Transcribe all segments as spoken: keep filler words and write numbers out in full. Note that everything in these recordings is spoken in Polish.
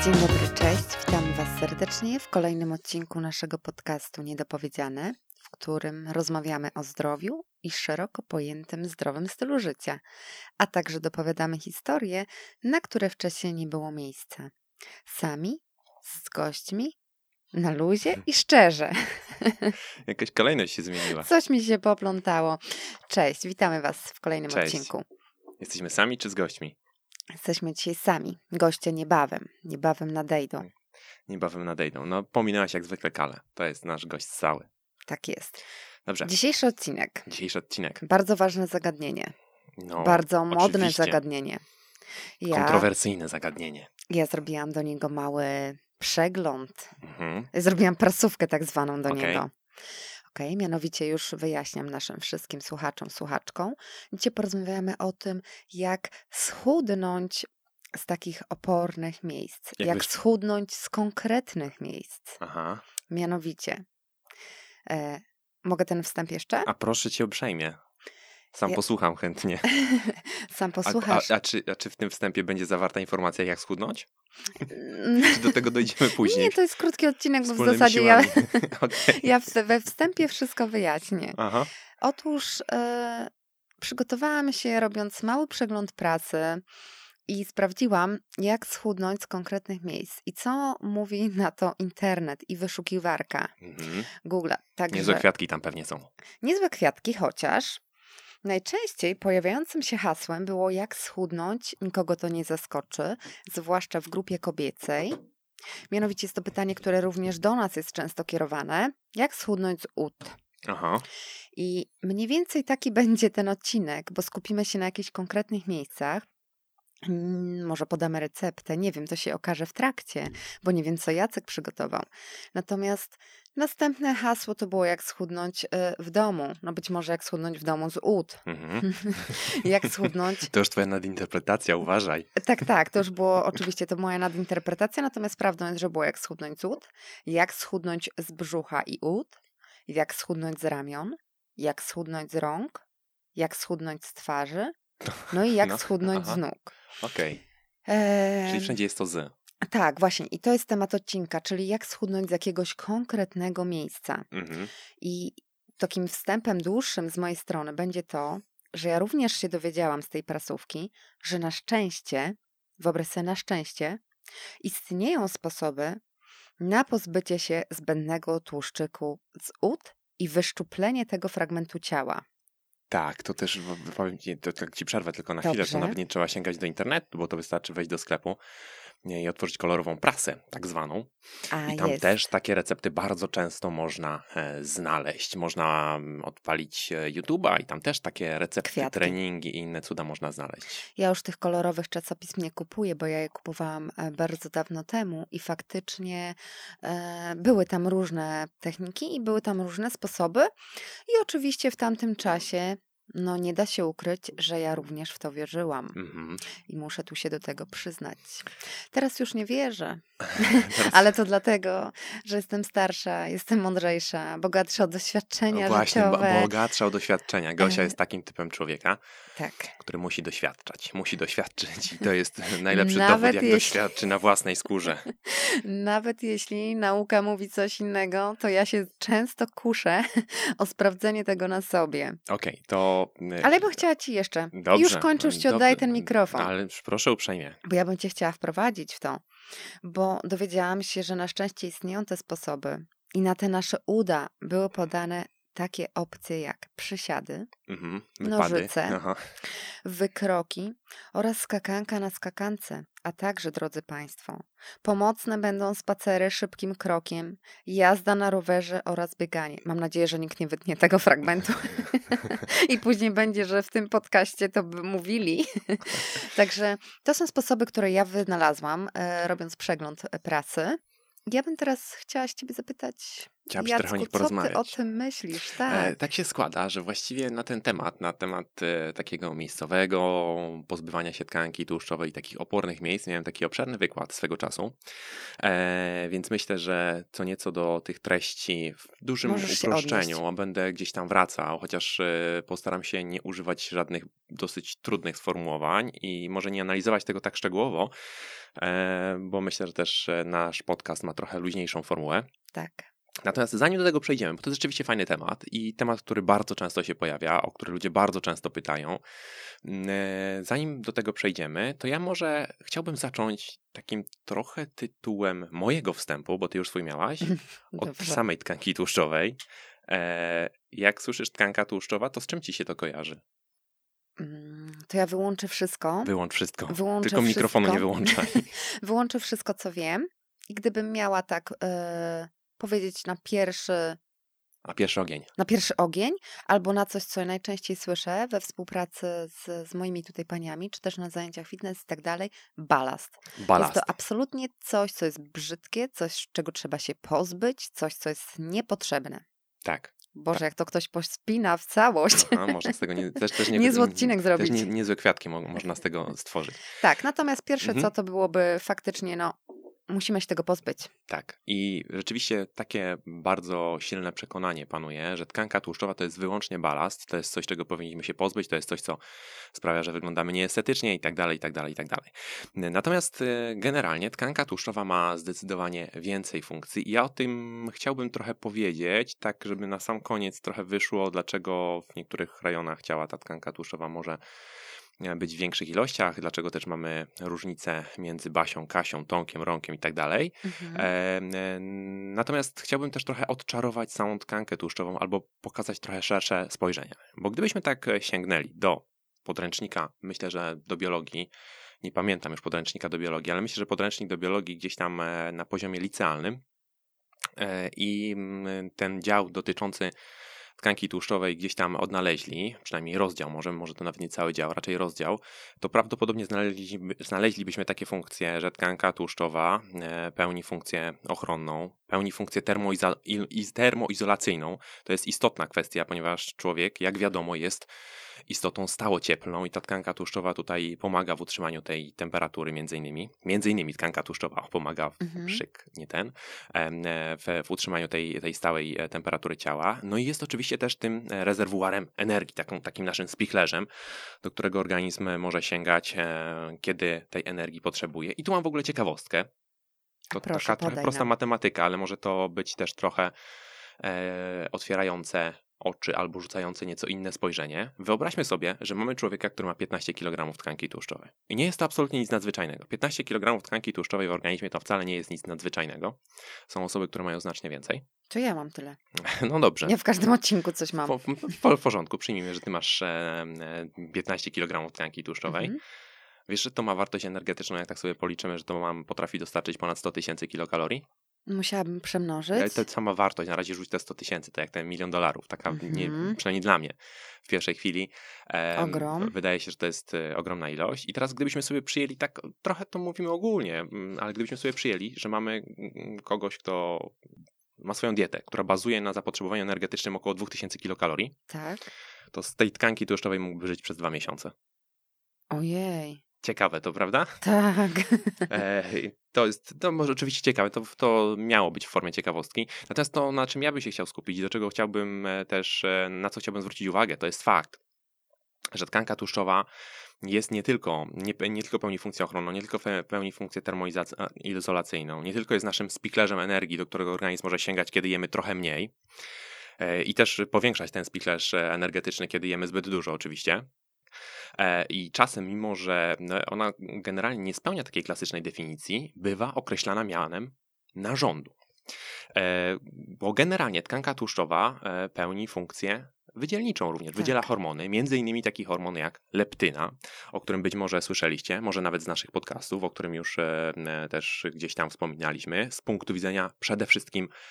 Dzień dobry, cześć. Witamy Was serdecznie w kolejnym odcinku naszego podcastu Niedopowiedziane, w którym rozmawiamy o zdrowiu i szeroko pojętym zdrowym stylu życia, a także dopowiadamy historie, na które wcześniej nie było miejsca. Sami, z gośćmi, na luzie i szczerze. Jakaś kolejność się zmieniła. Coś mi się poplątało. Cześć, witamy Was w kolejnym Cześć. odcinku. Jesteśmy sami czy z gośćmi? Jesteśmy dzisiaj sami. Goście niebawem. Niebawem nadejdą. Niebawem nadejdą. No, pominęłaś jak zwykle Kalę. To jest nasz gość stały. Tak jest. Dobrze. Dzisiejszy odcinek. Dzisiejszy odcinek. Bardzo ważne zagadnienie. No, Bardzo modne oczywiście. zagadnienie. Ja, Kontrowersyjne zagadnienie. ja zrobiłam do niego mały przegląd. Mhm. Zrobiłam prasówkę tak zwaną do Okej. niego. Okej, okay, mianowicie już wyjaśniam naszym wszystkim słuchaczom, słuchaczkom. Dzisiaj porozmawiamy o tym, jak schudnąć z takich opornych miejsc. Jak Jak wiesz- schudnąć z konkretnych miejsc. Aha. Mianowicie. E, mogę ten wstęp jeszcze? A proszę cię uprzejmie. Sam Ja- posłucham chętnie. Sam A, posłuchasz. a, a, czy, a czy w tym wstępie będzie zawarta informacja, jak schudnąć? Mm, Czy do tego dojdziemy później? Nie, to jest krótki odcinek, bo w Wspólnymi zasadzie ja, siłami. Okej. ja w, we wstępie wszystko wyjaśnię. Aha. Otóż e, przygotowałam się robiąc mały przegląd pracy i sprawdziłam, jak schudnąć z konkretnych miejsc i co mówi na to internet i wyszukiwarka Mhm. Google. Także Niezłe kwiatki tam pewnie są. niezłe kwiatki, chociaż najczęściej pojawiającym się hasłem było jak schudnąć, nikogo to nie zaskoczy, zwłaszcza w grupie kobiecej. Mianowicie jest to pytanie, które również do nas jest często kierowane. Jak schudnąć z ud? Aha. I mniej więcej taki będzie ten odcinek, bo skupimy się na jakichś konkretnych miejscach. Mm, Może podamy receptę, nie wiem, to się okaże w trakcie, bo nie wiem, co Jacek przygotował. Natomiast następne hasło to było jak schudnąć y, w domu. No być może jak schudnąć w domu z ud. Mhm. Jak schudnąć... To już twoja nadinterpretacja, uważaj. Tak, tak, to już było oczywiście to moja nadinterpretacja, natomiast prawdą jest, że było jak schudnąć z ud, jak schudnąć z brzucha i ud, jak schudnąć z ramion, jak schudnąć z rąk, jak schudnąć z twarzy, no i jak No, schudnąć aha. z nóg. Okej. Eee, Czyli wszędzie jest to z. tak, właśnie. I to jest temat odcinka, czyli jak schudnąć z jakiegoś konkretnego miejsca. Mhm. I takim wstępem dłuższym z mojej strony będzie to, że ja również się dowiedziałam z tej prasówki, że na szczęście, wyobraź sobie na szczęście, istnieją sposoby na pozbycie się zbędnego tłuszczyku z ud i wyszczuplenie tego fragmentu ciała. Tak, to też w- powiem ci, to tak ci przerwę tylko na chwilę, Dobrze. to nawet nie trzeba sięgać do internetu, bo to wystarczy wejść do sklepu nie, i otworzyć kolorową prasę, tak zwaną. A I tam jest. też takie recepty bardzo często można e, znaleźć. Można mm, odpalić e, YouTube'a i tam też takie recepty, Kwiatki. treningi i inne cuda można znaleźć. Ja już tych kolorowych czasopism nie kupuję, bo ja je kupowałam e, bardzo dawno temu i faktycznie e, były tam różne techniki i były tam różne sposoby. I oczywiście w tamtym czasie, no nie da się ukryć, że ja również w to wierzyłam Mhm. i muszę tu się do tego przyznać. Teraz już nie wierzę, Teraz- ale to dlatego, że jestem starsza, jestem mądrzejsza, bogatsza o doświadczenia No właśnie, bo, życiowe. bogatsza o doświadczenia. Gosia E. jest takim typem człowieka, Tak. który musi doświadczać. Musi doświadczyć i to jest najlepszy Nawet dowód, jak jeśli- doświadczy na własnej skórze. Nawet jeśli nauka mówi coś innego, to ja się często kuszę o sprawdzenie tego na sobie. Okej, to... y, Ale ja bym chciała ci jeszcze. Dobrze. Już kończę, już ci dobrze, oddaję ten mikrofon. Ale już proszę uprzejmie. Bo ja bym cię chciała wprowadzić w to. Bo dowiedziałam się, że na szczęście istnieją te sposoby. I na te nasze uda były podane takie opcje jak przysiady, Mhm. Nożyce. Aha. wykroki oraz skakanka na skakance. A także, drodzy Państwo, pomocne będą spacery szybkim krokiem, jazda na rowerze oraz bieganie. Mam nadzieję, że nikt nie wytnie tego fragmentu i później będzie, że w tym podcaście to by mówili. Także to są sposoby, które ja wynalazłam, e, robiąc przegląd e, pracy. Ja bym teraz chciała się Ciebie zapytać, Chciałabyś trochę o Jacku, nich co ty porozmawiać. o tym myślisz? E, Tak. tak się składa, że właściwie na ten temat, na temat e, takiego miejscowego pozbywania się tkanki tłuszczowej i takich opornych miejsc, miałem taki obszerny wykład swego czasu, e, więc myślę, że co nieco do tych treści w dużym Możesz się uproszczeniu będę gdzieś tam wracał, chociaż e, postaram się nie używać żadnych dosyć trudnych sformułowań i może nie analizować tego tak szczegółowo, e, bo myślę, że też e, nasz podcast ma trochę luźniejszą formułę. Tak. Natomiast zanim do tego przejdziemy, bo to jest rzeczywiście fajny temat i temat, który bardzo często się pojawia, o który ludzie bardzo często pytają, e, zanim do tego przejdziemy, to ja może chciałbym zacząć takim trochę tytułem mojego wstępu, bo ty już swój miałaś, od Dobrze. samej tkanki tłuszczowej. E, jak słyszysz tkanka tłuszczowa, to z czym ci się to kojarzy? Mm, To ja wyłączę wszystko. Wyłącz wszystko, Wyłączę tylko mikrofonu wszystko. nie wyłączaj. Wyłączę wszystko, co wiem. I gdybym miała tak e, powiedzieć na pierwszy, A pierwszy ogień. na pierwszy ogień, albo na coś, co najczęściej słyszę we współpracy z, z moimi tutaj paniami, czy też na zajęciach fitness i tak dalej, balast. Balast. Jest to absolutnie coś, co jest brzydkie, coś, czego trzeba się pozbyć, coś, co jest niepotrzebne. Tak. Boże, jak to ktoś pospina w całość. A, można z tego nie, też, też nie, Niezły odcinek zrobić. Też nie, niezłe kwiatki mo- można z tego stworzyć. Tak, natomiast pierwsze Mhm. co to byłoby faktycznie, no, musimy się tego pozbyć. Tak. I rzeczywiście takie bardzo silne przekonanie panuje, że tkanka tłuszczowa to jest wyłącznie balast, to jest coś, czego powinniśmy się pozbyć, to jest coś, co sprawia, że wyglądamy nieestetycznie i tak dalej, i tak dalej, i tak dalej. Natomiast y, generalnie tkanka tłuszczowa ma zdecydowanie więcej funkcji i ja o tym chciałbym trochę powiedzieć, tak żeby na sam koniec trochę wyszło, dlaczego w niektórych rejonach ciała ta tkanka tłuszczowa może być w większych ilościach, dlaczego też mamy różnice między Basią, Kasią, Tomkiem, Romkiem i tak dalej. Mhm. E, e, Natomiast chciałbym też trochę odczarować samą tkankę tłuszczową albo pokazać trochę szersze spojrzenie. Bo gdybyśmy tak sięgnęli do podręcznika, myślę, że do biologii, nie pamiętam już podręcznika do biologii, ale myślę, że podręcznik do biologii gdzieś tam e, na poziomie licealnym e, i mm, ten dział dotyczący tkanki tłuszczowej gdzieś tam odnaleźli, przynajmniej rozdział, może, może to nawet nie cały dział, raczej rozdział, to prawdopodobnie znaleźli, znaleźlibyśmy takie funkcje, że tkanka tłuszczowa e, pełni funkcję ochronną, pełni funkcję termoiza- i- termoizolacyjną. To jest istotna kwestia, ponieważ człowiek, jak wiadomo, jest istotą stałocieplną i ta tkanka tłuszczowa tutaj pomaga w utrzymaniu tej temperatury między innymi. Między innymi tkanka tłuszczowa pomaga w Mhm. szyk, nie ten, em, e, w, w utrzymaniu tej, tej stałej e, temperatury ciała. No i jest oczywiście też tym e, rezerwuarem energii, taką, takim naszym spichlerzem, do którego organizm może sięgać, e, kiedy tej energii potrzebuje. I tu mam w ogóle ciekawostkę. To Proszę, taka trochę podaj prosta nam. matematyka, ale może to być też trochę e, otwierające oczy albo rzucające nieco inne spojrzenie. Wyobraźmy sobie, że mamy człowieka, który ma piętnaście kilogramów tkanki tłuszczowej. I nie jest to absolutnie nic nadzwyczajnego. piętnaście kilogramów tkanki tłuszczowej w organizmie to wcale nie jest nic nadzwyczajnego. Są osoby, które mają znacznie więcej. To ja mam tyle. No dobrze. Ja w każdym odcinku coś mam. Po, po, w porządku, przyjmijmy, że ty masz e, e, piętnaście kilogramów tkanki tłuszczowej. Mhm. Wiesz, że to ma wartość energetyczną, jak tak sobie policzymy, że to mam, potrafi dostarczyć ponad sto tysięcy kilokalorii? Musiałabym przemnożyć. Ale to sama wartość, na razie rzuć te sto tysięcy, to jak ten milion dolarów, taka nie, Mhm. przynajmniej dla mnie w pierwszej chwili. em, Ogrom. Wydaje się, że to jest e, ogromna ilość. I teraz gdybyśmy sobie przyjęli, tak trochę to mówimy ogólnie, mm, ale gdybyśmy sobie przyjęli, że mamy mm, kogoś, kto ma swoją dietę, która bazuje na zapotrzebowaniu energetycznym około dwa tysiące kilokalorii, Tak. to z tej tkanki tłuszczowej mógłby żyć przez dwa miesiące. Ojej. Ciekawe to, prawda? Tak. E, to jest, to może oczywiście ciekawe, to, to miało być w formie ciekawostki. Natomiast to, na czym ja bym się chciał skupić i do czego chciałbym e, też, e, na co chciałbym zwrócić uwagę, to jest fakt, że tkanka tłuszczowa jest nie tylko, nie, nie tylko pełni funkcję ochronną, nie tylko fe- pełni funkcję termoizolacyjną, nie tylko jest naszym spichlerzem energii, do którego organizm może sięgać, kiedy jemy trochę mniej e, i też powiększać ten spichlerz e, energetyczny, kiedy jemy zbyt dużo oczywiście. E, I czasem, mimo że no, ona generalnie nie spełnia takiej klasycznej definicji, bywa określana mianem narządu. E, Bo generalnie tkanka tłuszczowa e, pełni funkcję wydzielniczą również. Tak. Wydziela hormony, między innymi taki hormon jak leptyna, o którym być może słyszeliście, może nawet z naszych podcastów, o którym już e, e, też gdzieś tam wspominaliśmy, z punktu widzenia przede wszystkim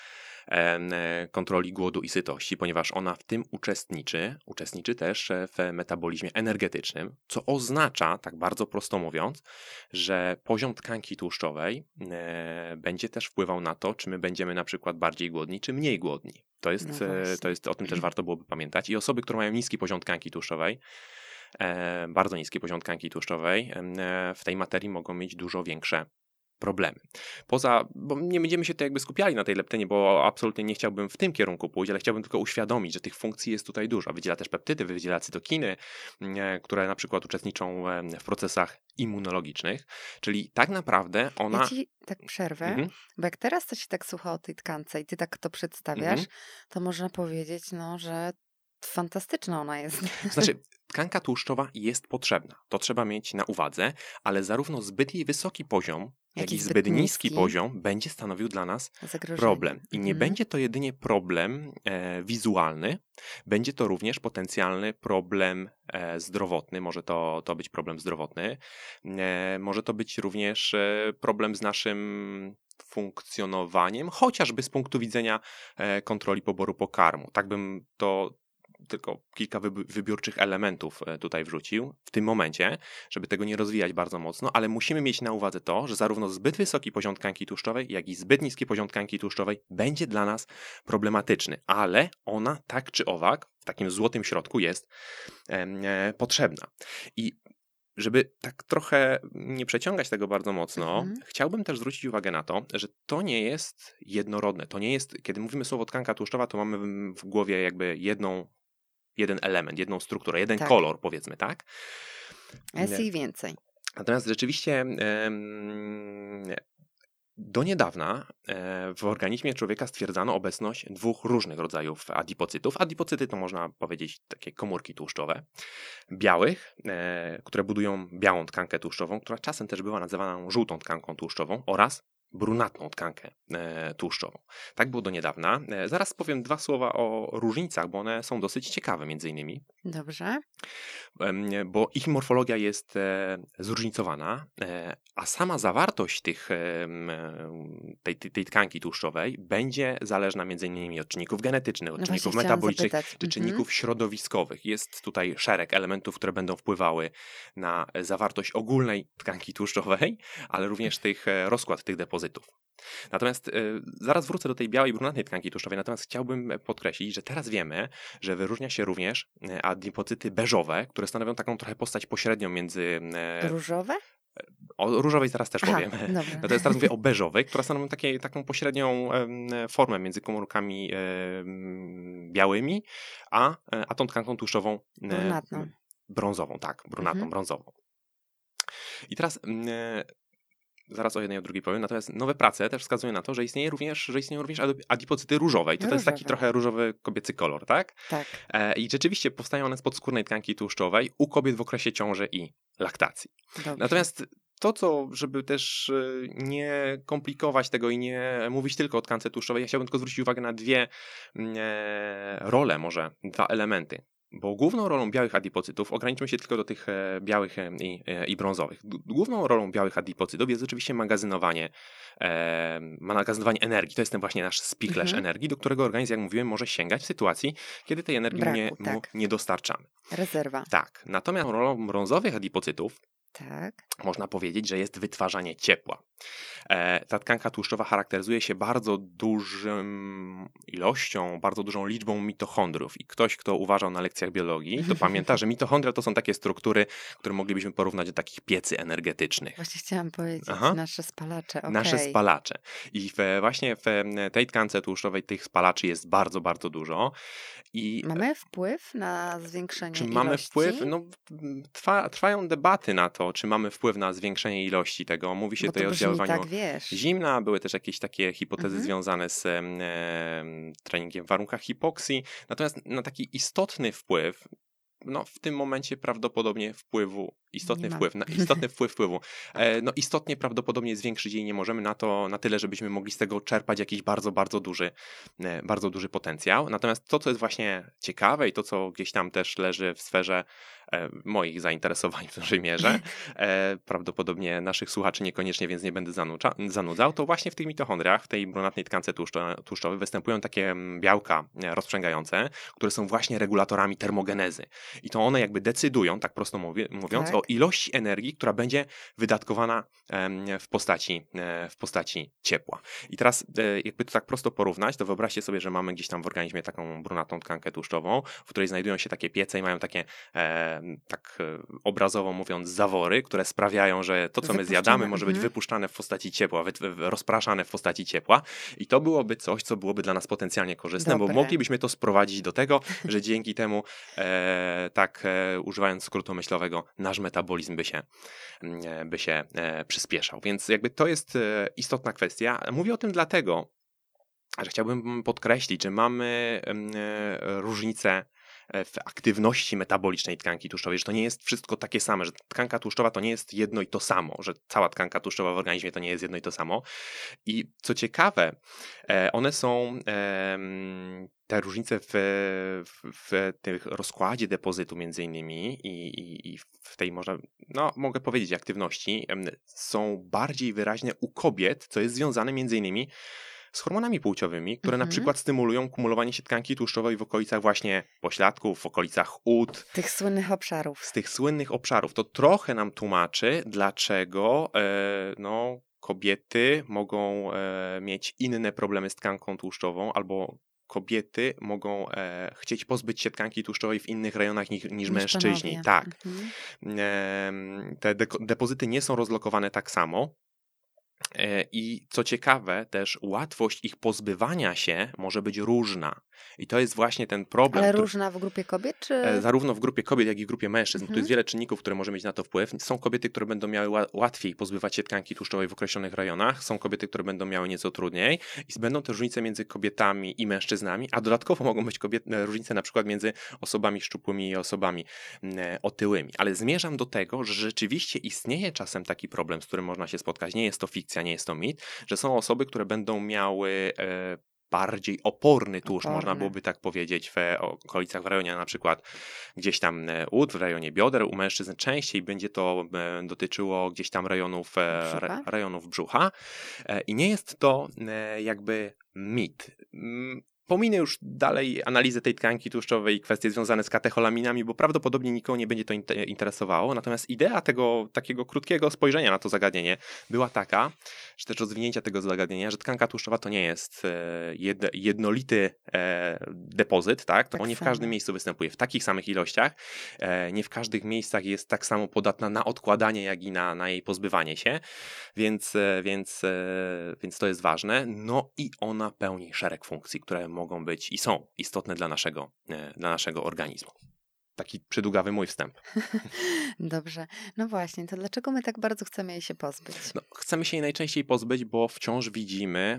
e, kontroli głodu i sytości, ponieważ ona w tym uczestniczy, uczestniczy też w metabolizmie energetycznym, co oznacza, tak bardzo prosto mówiąc, że poziom tkanki tłuszczowej e, będzie też wpływał na to, czy my będziemy na przykład bardziej głodni, czy mniej głodni. To jest, No e, właśnie. to jest, o tym też warto byłoby pamiętać. I osoby, które mają niski poziom tkanki tłuszczowej, e, bardzo niski poziom tkanki tłuszczowej, e, w tej materii mogą mieć dużo większe problemy. Poza, bo nie będziemy się tutaj jakby skupiali na tej leptynie, bo absolutnie nie chciałbym w tym kierunku pójść, ale chciałbym tylko uświadomić, że tych funkcji jest tutaj dużo. Wydziela też peptydy, wydziela cytokiny, e, które na przykład uczestniczą e, w procesach immunologicznych, czyli tak naprawdę ona... Ja ci tak przerwę, Mhm. bo jak teraz to się tak słucha o tej tkance i ty tak to przedstawiasz, Mhm. to można powiedzieć, no, że fantastyczna ona jest. Znaczy, tkanka tłuszczowa jest potrzebna. To trzeba mieć na uwadze, ale zarówno zbyt jej wysoki poziom, jak i zbyt niski poziom będzie stanowił dla nas Zagrożenie. problem. I nie Mhm. będzie to jedynie problem e, wizualny, będzie to również potencjalny problem e, zdrowotny. Może to, to być problem zdrowotny. E, może to być również e, problem z naszym funkcjonowaniem, chociażby z punktu widzenia e, kontroli poboru pokarmu. Tak bym to tylko kilka wybi- wybiórczych elementów e, tutaj wrzucił w tym momencie, żeby tego nie rozwijać bardzo mocno, ale musimy mieć na uwadze to, że zarówno zbyt wysoki poziom tkanki tłuszczowej, jak i zbyt niski poziom tkanki tłuszczowej będzie dla nas problematyczny, ale ona tak czy owak w takim złotym środku jest e, potrzebna. I żeby tak trochę nie przeciągać tego bardzo mocno, Mhm. chciałbym też zwrócić uwagę na to, że to nie jest jednorodne. To nie jest, kiedy mówimy słowo tkanka tłuszczowa, to mamy w- w głowie jakby jedną, jeden element, jedną strukturę, jeden Tak. kolor, powiedzmy, tak? A jest ich więcej. Natomiast rzeczywiście em, do niedawna e, w organizmie człowieka stwierdzano obecność dwóch różnych rodzajów adipocytów. Adipocyty to można powiedzieć takie komórki tłuszczowe, białych, e, które budują białą tkankę tłuszczową, która czasem też była nazywana żółtą tkanką tłuszczową, oraz brunatną tkankę e, tłuszczową. Tak było do niedawna. E, zaraz powiem dwa słowa o różnicach, bo one są dosyć ciekawe między innymi. Dobrze. Em, bo ich morfologia jest e, zróżnicowana, e, a sama zawartość tych, em, tej, tej, tej tkanki tłuszczowej będzie zależna między innymi od czynników genetycznych, od No właśnie czynników chciałam metabolicznych zapytać. czy Mhm. czynników środowiskowych. Jest tutaj szereg elementów, które będą wpływały na zawartość ogólnej tkanki tłuszczowej, ale również tych, e, rozkład tych depozytów. Natomiast e, zaraz wrócę do tej białej, brunatnej tkanki tłuszczowej, natomiast chciałbym podkreślić, że teraz wiemy, że wyróżnia się również e, adipocyty beżowe, które stanowią taką trochę postać pośrednią między... e, Różowe? O różowej zaraz też Aha, powiem. dobra. Natomiast teraz mówię o beżowej, która stanowi takie, taką pośrednią em, formę między komórkami em, białymi, a, a tą tkanką tłuszczową e, Brunatną. brązową, tak, brunatną, Mhm. brązową. I teraz e, zaraz o jednej, o drugiej powiem, natomiast nowe prace też wskazują na to, że istnieje również, że istnieją również adi- adipocyty różowe. I to, to jest taki Różowe. trochę różowy kobiecy kolor, tak? Tak. E, I rzeczywiście powstają one z podskórnej tkanki tłuszczowej u kobiet w okresie ciąży i laktacji. Dobrze. Natomiast to, co, żeby też e, nie komplikować tego i nie mówić tylko o tkance tłuszczowej, ja chciałbym tylko zwrócić uwagę na dwie mm, e, role, może dwa elementy. Bo główną rolą białych adipocytów, ograniczmy się tylko do tych e, białych e, i, e, i brązowych, G- główną rolą białych adipocytów jest oczywiście magazynowanie, e, magazynowanie energii. To jest ten właśnie nasz spichlerz Mhm. energii, do którego organizm, jak mówiłem, może sięgać w sytuacji, kiedy tej energii mu nie, Braku, mu tak. nie dostarczamy. Rezerwa. Tak, natomiast rolą brązowych adipocytów Tak. można powiedzieć, że jest wytwarzanie ciepła. E, ta tkanka tłuszczowa charakteryzuje się bardzo dużą ilością, bardzo dużą liczbą mitochondriów. I ktoś, kto uważał na lekcjach biologii, to pamięta, że mitochondria to są takie struktury, które moglibyśmy porównać do takich piecy energetycznych. Właśnie chciałam powiedzieć, Aha. nasze spalacze. Okej. Nasze spalacze. I w, właśnie w tej tkance tłuszczowej tych spalaczy jest bardzo, bardzo dużo. I Mamy wpływ na zwiększenie czy ilości? mamy wpływ? No, trwa, trwają debaty na to, czy mamy wpływ na zwiększenie ilości tego. Mówi się Bo tutaj to o brzmi oddziaływaniu tak, wiesz. zimna, były też jakieś takie hipotezy Mhm. związane z e, treningiem w warunkach hipoksji. Natomiast na taki istotny wpływ, no w tym momencie prawdopodobnie wpływu istotny Nie wpływ, na, istotny wpływ wpływu. E, no istotnie prawdopodobnie zwiększyć jej nie możemy na to, na tyle, żebyśmy mogli z tego czerpać jakiś bardzo, bardzo duży, e, bardzo duży potencjał. Natomiast to, co jest właśnie ciekawe i to, co gdzieś tam też leży w sferze e, moich zainteresowań w dużej mierze, e, prawdopodobnie naszych słuchaczy niekoniecznie, więc nie będę zanucza, zanudzał, to właśnie w tych mitochondriach, w tej brunatnej tkance tłuszczo, tłuszczowej występują takie białka rozprzęgające, które są właśnie regulatorami termogenezy. I to one jakby decydują, tak prosto mówi, mówiąc, Tak. o ilości energii, która będzie wydatkowana w postaci, w postaci ciepła. I teraz jakby to tak prosto porównać, to wyobraźcie sobie, że mamy gdzieś tam w organizmie taką brunatną tkankę tłuszczową, w której znajdują się takie piece i mają takie, e, tak obrazowo mówiąc, zawory, które sprawiają, że to, co my zjadamy, może być mhm. wypuszczane w postaci ciepła, wy, rozpraszane w postaci ciepła. I to byłoby coś, co byłoby dla nas potencjalnie korzystne, Dobre. bo moglibyśmy to sprowadzić do tego, że dzięki temu, e, tak e, używając skrótu myślowego, nasz metabolizm by się, e, by się e, przyspieszał. Więc jakby to jest e, istotna kwestia. Mówię o tym dlatego, że chciałbym podkreślić, że mamy e, różnice w aktywności metabolicznej tkanki tłuszczowej, że to nie jest wszystko takie same, że tkanka tłuszczowa to nie jest jedno i to samo, że cała tkanka tłuszczowa w organizmie to nie jest jedno i to samo. I co ciekawe, one są, te różnice w, w, w tym rozkładzie depozytu między innymi i, i, i w tej, można, no mogę powiedzieć, aktywności są bardziej wyraźne u kobiet, co jest związane między innymi z hormonami płciowymi, które mhm. na przykład stymulują kumulowanie się tkanki tłuszczowej w okolicach właśnie pośladków, w okolicach ud. Tych słynnych obszarów. Z tych słynnych obszarów. To trochę nam tłumaczy, dlaczego e, no, kobiety mogą e, mieć inne problemy z tkanką tłuszczową albo kobiety mogą e, chcieć pozbyć się tkanki tłuszczowej w innych rejonach niż, niż, niż mężczyźni. Panowie. Tak. Mhm. E, te de- depozyty nie są rozlokowane tak samo. I co ciekawe, też łatwość ich pozbywania się może być różna. I to jest właśnie ten problem. Ale który... różna w grupie kobiet, czy? Zarówno w grupie kobiet, jak i w grupie mężczyzn. Mhm. Tu jest wiele czynników, które może mieć na to wpływ. Są kobiety, które będą miały łatwiej pozbywać się tkanki tłuszczowej w określonych rejonach. Są kobiety, które będą miały nieco trudniej. I będą też różnice między kobietami i mężczyznami, a dodatkowo mogą być kobiet... różnice na przykład między osobami szczupłymi i osobami otyłymi. Ale zmierzam do tego, że rzeczywiście istnieje czasem taki problem, z którym można się spotkać. Nie jest to fikcja, nie jest to mit, że są osoby, które będą miały e, bardziej oporny tłuszcz, Oporny. można byłoby tak powiedzieć, w okolicach, w rejonie na przykład gdzieś tam ud, w rejonie bioder, u mężczyzn częściej będzie to e, dotyczyło gdzieś tam rejonów, e, brzucha? rejonów brzucha e, i nie jest to e, jakby mit. Pominę już dalej analizę tej tkanki tłuszczowej i kwestie związane z katecholaminami, bo prawdopodobnie nikogo nie będzie to interesowało. Natomiast idea tego takiego krótkiego spojrzenia na to zagadnienie była taka, czy też rozwinięcia tego zagadnienia, że tkanka tłuszczowa to nie jest jednolity depozyt, tak? To Tak on nie w samo. każdym miejscu występuje w takich samych ilościach. Nie w każdych miejscach jest tak samo podatna na odkładanie, jak i na, na jej pozbywanie się. Więc, więc, więc to jest ważne. No i ona pełni szereg funkcji, które mogą być i są istotne dla naszego, dla naszego organizmu. Taki przydługawy mój wstęp. Dobrze. No właśnie, to dlaczego my tak bardzo chcemy jej się pozbyć? No, chcemy się jej najczęściej pozbyć, bo wciąż widzimy,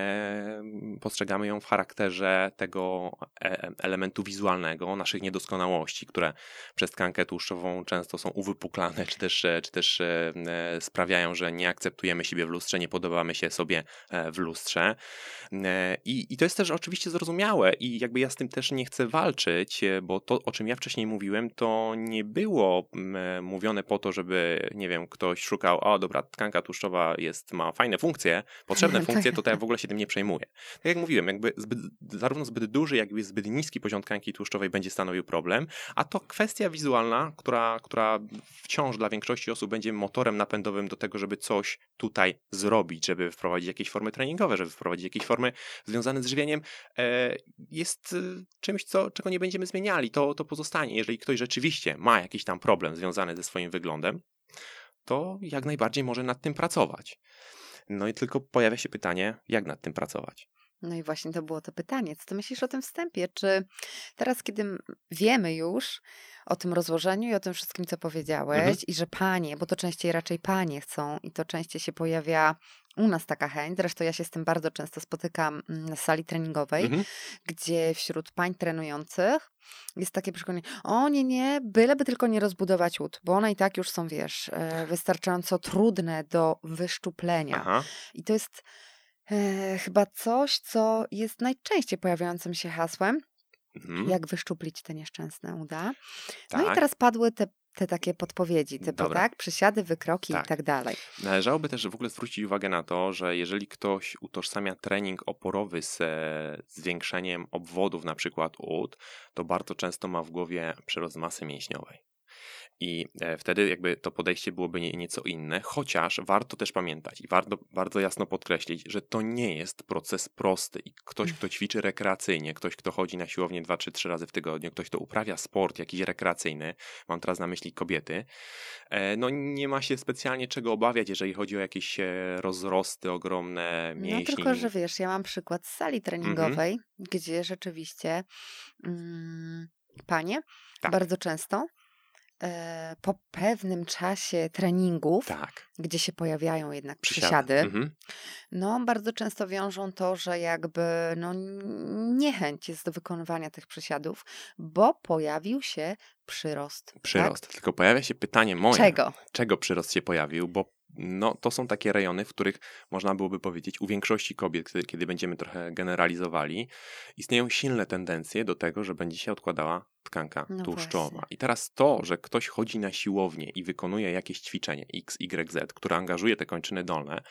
e, postrzegamy ją w charakterze tego e, elementu wizualnego, naszych niedoskonałości, które przez tkankę tłuszczową często są uwypuklane, czy też, czy też e, sprawiają, że nie akceptujemy siebie w lustrze, nie podobamy się sobie w lustrze. E, i, I to jest też oczywiście zrozumiałe i jakby ja z tym też nie chcę walczyć, bo to, o czym ja wcześniej mówiłem, to nie było m, mówione po to, żeby, nie wiem, ktoś szukał, o dobra, tkanka tłuszczowa jest, ma fajne funkcje, potrzebne funkcje, to, to ja w ogóle się tym nie przejmuję. Tak jak mówiłem, jakby zbyt, zarówno zbyt duży, jak i zbyt niski poziom tkanki tłuszczowej będzie stanowił problem, a to kwestia wizualna, która, która wciąż dla większości osób będzie motorem napędowym do tego, żeby coś tutaj zrobić, żeby wprowadzić jakieś formy treningowe, żeby wprowadzić jakieś formy związane z żywieniem, e, jest czymś, co, czego nie będziemy zmieniali. To, to pozostanie. Jeżeli ktoś rzeczywiście ma jakiś tam problem związany ze swoim wyglądem, to jak najbardziej może nad tym pracować. No i tylko pojawia się pytanie, jak nad tym pracować? No i właśnie to było to pytanie. Co ty myślisz o tym wstępie? Czy teraz, kiedy wiemy już o tym rozłożeniu i o tym wszystkim, co powiedziałeś, Mhm. i że panie, bo to częściej raczej panie chcą i to częściej się pojawia u nas taka chęć, zresztą ja się z tym bardzo często spotykam na sali treningowej, Mhm. gdzie wśród pań trenujących jest takie przekonanie, o nie, nie, byleby tylko nie rozbudować łód, bo one i tak już są, wiesz, e, wystarczająco trudne do wyszczuplenia. Aha. I to jest e, chyba coś, co jest najczęściej pojawiającym się hasłem, Mhm. jak wyszczuplić te nieszczęsne uda. No i Tak. teraz padły te, te takie podpowiedzi, typu Dobra. tak, przysiady, wykroki Tak. i tak dalej. Należałoby też w ogóle zwrócić uwagę na to, że jeżeli ktoś utożsamia trening oporowy z e, zwiększeniem obwodów, na przykład ud, to bardzo często ma w głowie przyrost masy mięśniowej. I e, wtedy jakby to podejście byłoby nie, nieco inne, chociaż warto też pamiętać i warto bardzo jasno podkreślić, że to nie jest proces prosty i ktoś, kto ćwiczy rekreacyjnie, ktoś, kto chodzi na siłownię dwa czy trzy razy w tygodniu, ktoś, kto uprawia sport jakiś rekreacyjny, mam teraz na myśli kobiety, e, no nie ma się specjalnie czego obawiać, jeżeli chodzi o jakieś e, rozrosty ogromne mięśni. No tylko, że wiesz, ja mam przykład z sali treningowej, gdzie rzeczywiście mm, panie Tak. bardzo często e, po pewnym czasie treningów, Tak. gdzie się pojawiają jednak Przysiady. przysiady, Mhm. no bardzo często wiążą to, że jakby no niechęć jest do wykonywania tych przysiadów, bo pojawił się przyrost. Przyrost. Tak? Tylko pojawia się pytanie moje. Czego? Czego przyrost się pojawił? Bo no, to są takie rejony, w których można byłoby powiedzieć, u większości kobiet, kiedy, kiedy będziemy trochę generalizowali, istnieją silne tendencje do tego, że będzie się odkładała tkanka No tłuszczowa. właśnie. I teraz to, że ktoś chodzi na siłownię i wykonuje jakieś ćwiczenie X, Y, Z, które angażuje te kończyny dolne,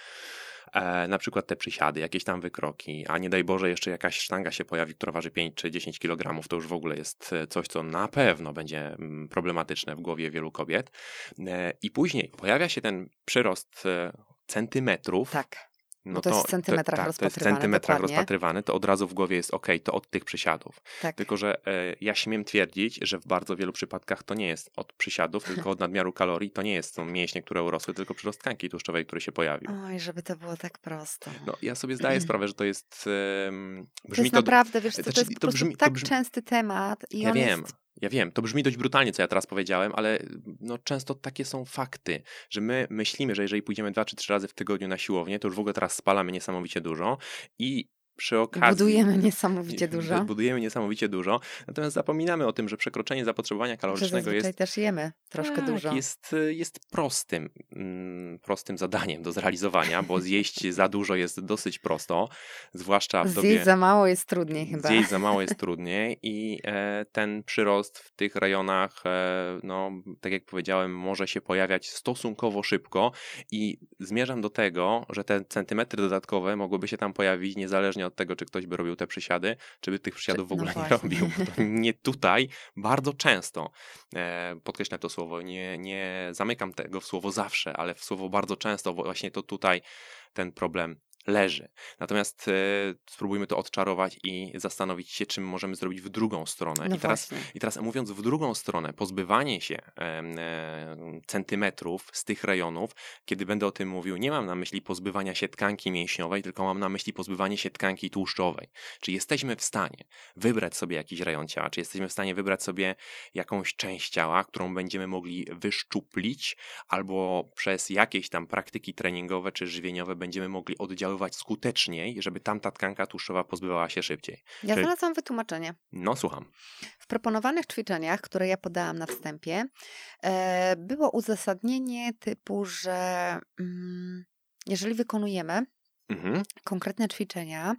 e, na przykład te przysiady, jakieś tam wykroki, a nie daj Boże jeszcze jakaś sztanga się pojawi, która waży pięć czy dziesięć kilogramów, to już w ogóle jest coś, co na pewno będzie mm, problematyczne w głowie wielu kobiet. E, I później pojawia się ten przyrost e, centymetrów. Tak. No Bo to jest w centymetrach tak, to jest w rozpatrywane, centymetrach dokładnie. rozpatrywane, to od razu w głowie jest ok, to od tych przysiadów. Tak. Tylko, że e, ja śmiem twierdzić, że w bardzo wielu przypadkach to nie jest od przysiadów, tylko od nadmiaru kalorii, to nie jest są mięśnie, które urosły, tylko przyrost tkanki tłuszczowej, który się pojawił. Oj, żeby to było tak prosto. No, ja sobie zdaję sprawę, że to jest... E, To brzmi jest naprawdę, wiesz co, znaczy, to jest po to prostu brzmi- to tak brzmi- częsty temat i Ja on wiem, jest... ja wiem, to brzmi dość brutalnie, co ja teraz powiedziałem, ale no, często takie są fakty, że my myślimy, że jeżeli pójdziemy dwa czy trzy razy w tygodniu na siłownię, to już w ogóle teraz spalamy niesamowicie dużo i przy okazji... Budujemy niesamowicie dużo. Budujemy niesamowicie dużo, natomiast zapominamy o tym, że przekroczenie zapotrzebowania Że kalorycznego zazwyczaj jest... też jemy troszkę tak, dużo. Jest, jest prostym, mm, prostym zadaniem do zrealizowania, bo zjeść za dużo jest dosyć prosto, zwłaszcza w dobie... Zjeść za mało jest trudniej chyba. Zjeść za mało jest trudniej i e, ten przyrost w tych rejonach, e, no tak jak powiedziałem, może się pojawiać stosunkowo szybko i zmierzam do tego, że te centymetry dodatkowe mogłyby się tam pojawić niezależnie od tego, czy ktoś by robił te przysiady, czy by tych przysiadów w no ogóle nie właśnie. robił. Bo to nie tutaj, bardzo często, e, podkreślę to słowo, nie, nie zamykam tego w słowo zawsze, ale w słowo bardzo często właśnie to tutaj ten problem leży. Natomiast e, spróbujmy to odczarować i zastanowić się, czym możemy zrobić w drugą stronę. No I, teraz, właśnie. I teraz mówiąc w drugą stronę, pozbywanie się e, e, centymetrów z tych rejonów, kiedy będę o tym mówił, nie mam na myśli pozbywania się tkanki mięśniowej, tylko mam na myśli pozbywanie się tkanki tłuszczowej. Czy jesteśmy w stanie wybrać sobie jakiś rejon ciała, czy jesteśmy w stanie wybrać sobie jakąś część ciała, którą będziemy mogli wyszczuplić, albo przez jakieś tam praktyki treningowe czy żywieniowe będziemy mogli oddziaływać skuteczniej, żeby tamta tkanka tłuszczowa pozbywała się szybciej. Ja Czyli- znalazłam wytłumaczenie. No, słucham. W proponowanych ćwiczeniach, które ja podałam na wstępie, e, było uzasadnienie typu, że mm, jeżeli wykonujemy Mhm. konkretne ćwiczenia,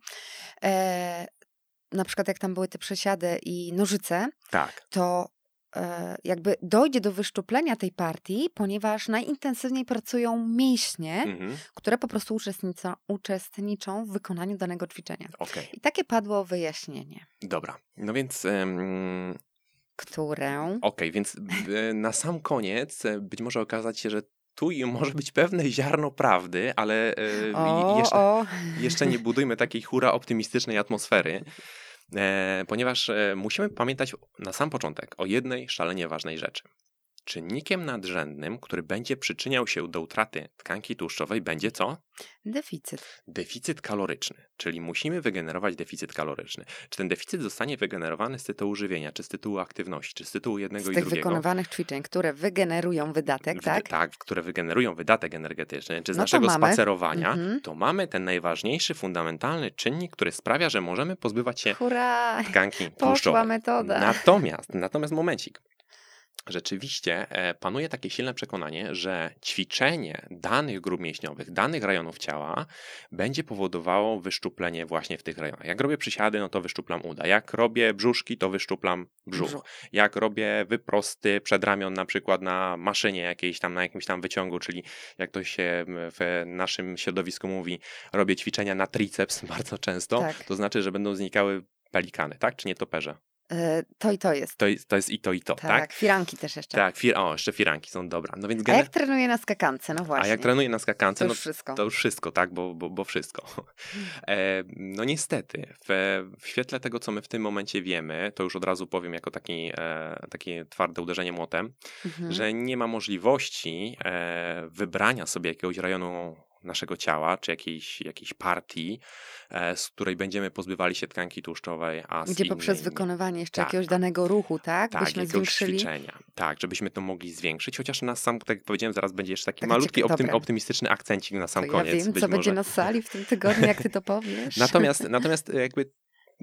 e, na przykład jak tam były te przesiady i nożyce, Tak. to e, jakby dojdzie do wyszczuplenia tej partii, ponieważ najintensywniej pracują mięśnie, Mhm. które po prostu uczestniczą, uczestniczą w wykonaniu danego ćwiczenia. Okej. I takie padło wyjaśnienie, Dobra. No więc... em, które... Okej, więc e, na sam koniec e, być może okazać się, że tu i może być pewne ziarno prawdy, ale e, O, jeszcze, o. jeszcze nie budujmy takiej hura optymistycznej atmosfery, e, ponieważ e, musimy pamiętać na sam początek o jednej szalenie ważnej rzeczy. czynnikiem nadrzędnym, który będzie przyczyniał się do utraty tkanki tłuszczowej, będzie co? Deficyt. Deficyt kaloryczny, czyli musimy wygenerować deficyt kaloryczny. Czy ten deficyt zostanie wygenerowany z tytułu żywienia, czy z tytułu aktywności, czy z tytułu jednego Z i tych drugiego? wykonywanych ćwiczeń, które wygenerują wydatek, W- tak? Tak, które wygenerują wydatek energetyczny, czy z No to naszego mamy. spacerowania, Mhm. to mamy ten najważniejszy, fundamentalny czynnik, który sprawia, że możemy pozbywać się Hurra! tkanki Poszła tłuszczowej. metoda. Natomiast, natomiast momencik. Rzeczywiście e, panuje takie silne przekonanie, że ćwiczenie danych grup mięśniowych, danych rejonów ciała będzie powodowało wyszczuplenie właśnie w tych rejonach. Jak robię przysiady, no to wyszczuplam uda. Jak robię brzuszki, to wyszczuplam brzuch. Brzuch. Jak robię wyprosty przedramion na przykład na maszynie jakiejś tam, na jakimś tam wyciągu, czyli jak to się w naszym środowisku mówi, robię ćwiczenia na triceps bardzo często, Tak. to znaczy, że będą znikały pelikany, tak? Czy nietoperze? E, to i to jest. To jest, to jest i to, i to, tak? Tak, firanki też jeszcze. Tak, fir- o, jeszcze firanki są dobra. No więc A gener- jak trenuję na skakance? No właśnie. A jak trenuję na skakance, To no już wszystko. to już wszystko, tak, bo, bo, bo wszystko. E, no niestety, w, w świetle tego, co my w tym momencie wiemy, to już od razu powiem jako taki, e, takie twarde uderzenie młotem, Mhm. że nie ma możliwości e, wybrania sobie jakiegoś rejonu naszego ciała, czy jakiejś, jakiejś partii, e, z której będziemy pozbywali się tkanki tłuszczowej, a z Gdzie innej poprzez nie. wykonywanie jeszcze Tak. jakiegoś danego ruchu, tak? Tak, Byśmy jakiegoś zwiększyli. ćwiczenia. Tak, żebyśmy to mogli zwiększyć, chociaż na sam, tak jak powiedziałem, zaraz będzie jeszcze taki Taka malutki, cieka- optym, dobra. optymistyczny akcencik na sam To koniec. ja wiem, być co może. będzie na sali w tym tygodniu, jak ty to powiesz. Natomiast, natomiast jakby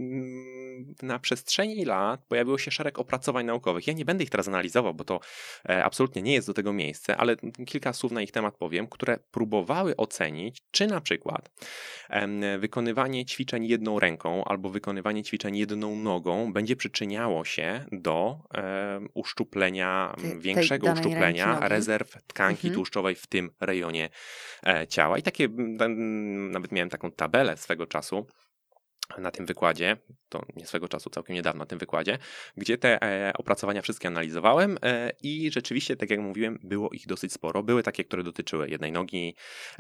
mm, na przestrzeni lat pojawiło się szereg opracowań naukowych. Ja nie będę ich teraz analizował, bo to e, absolutnie nie jest do tego miejsce, ale kilka słów na ich temat powiem, które próbowały ocenić, czy na przykład em, wykonywanie ćwiczeń jedną ręką albo wykonywanie ćwiczeń jedną nogą będzie przyczyniało się do em, uszczuplenia, Tej- tej większego danej uszczuplenia ręki, nogi. rezerw tkanki Mhm. tłuszczowej w tym rejonie e, ciała. I takie, mm, nawet miałem taką tabelę swego czasu na tym wykładzie, to nie swego czasu, całkiem niedawno na tym wykładzie, gdzie te e, opracowania wszystkie analizowałem e, i rzeczywiście, tak jak mówiłem, było ich dosyć sporo. Były takie, które dotyczyły jednej nogi,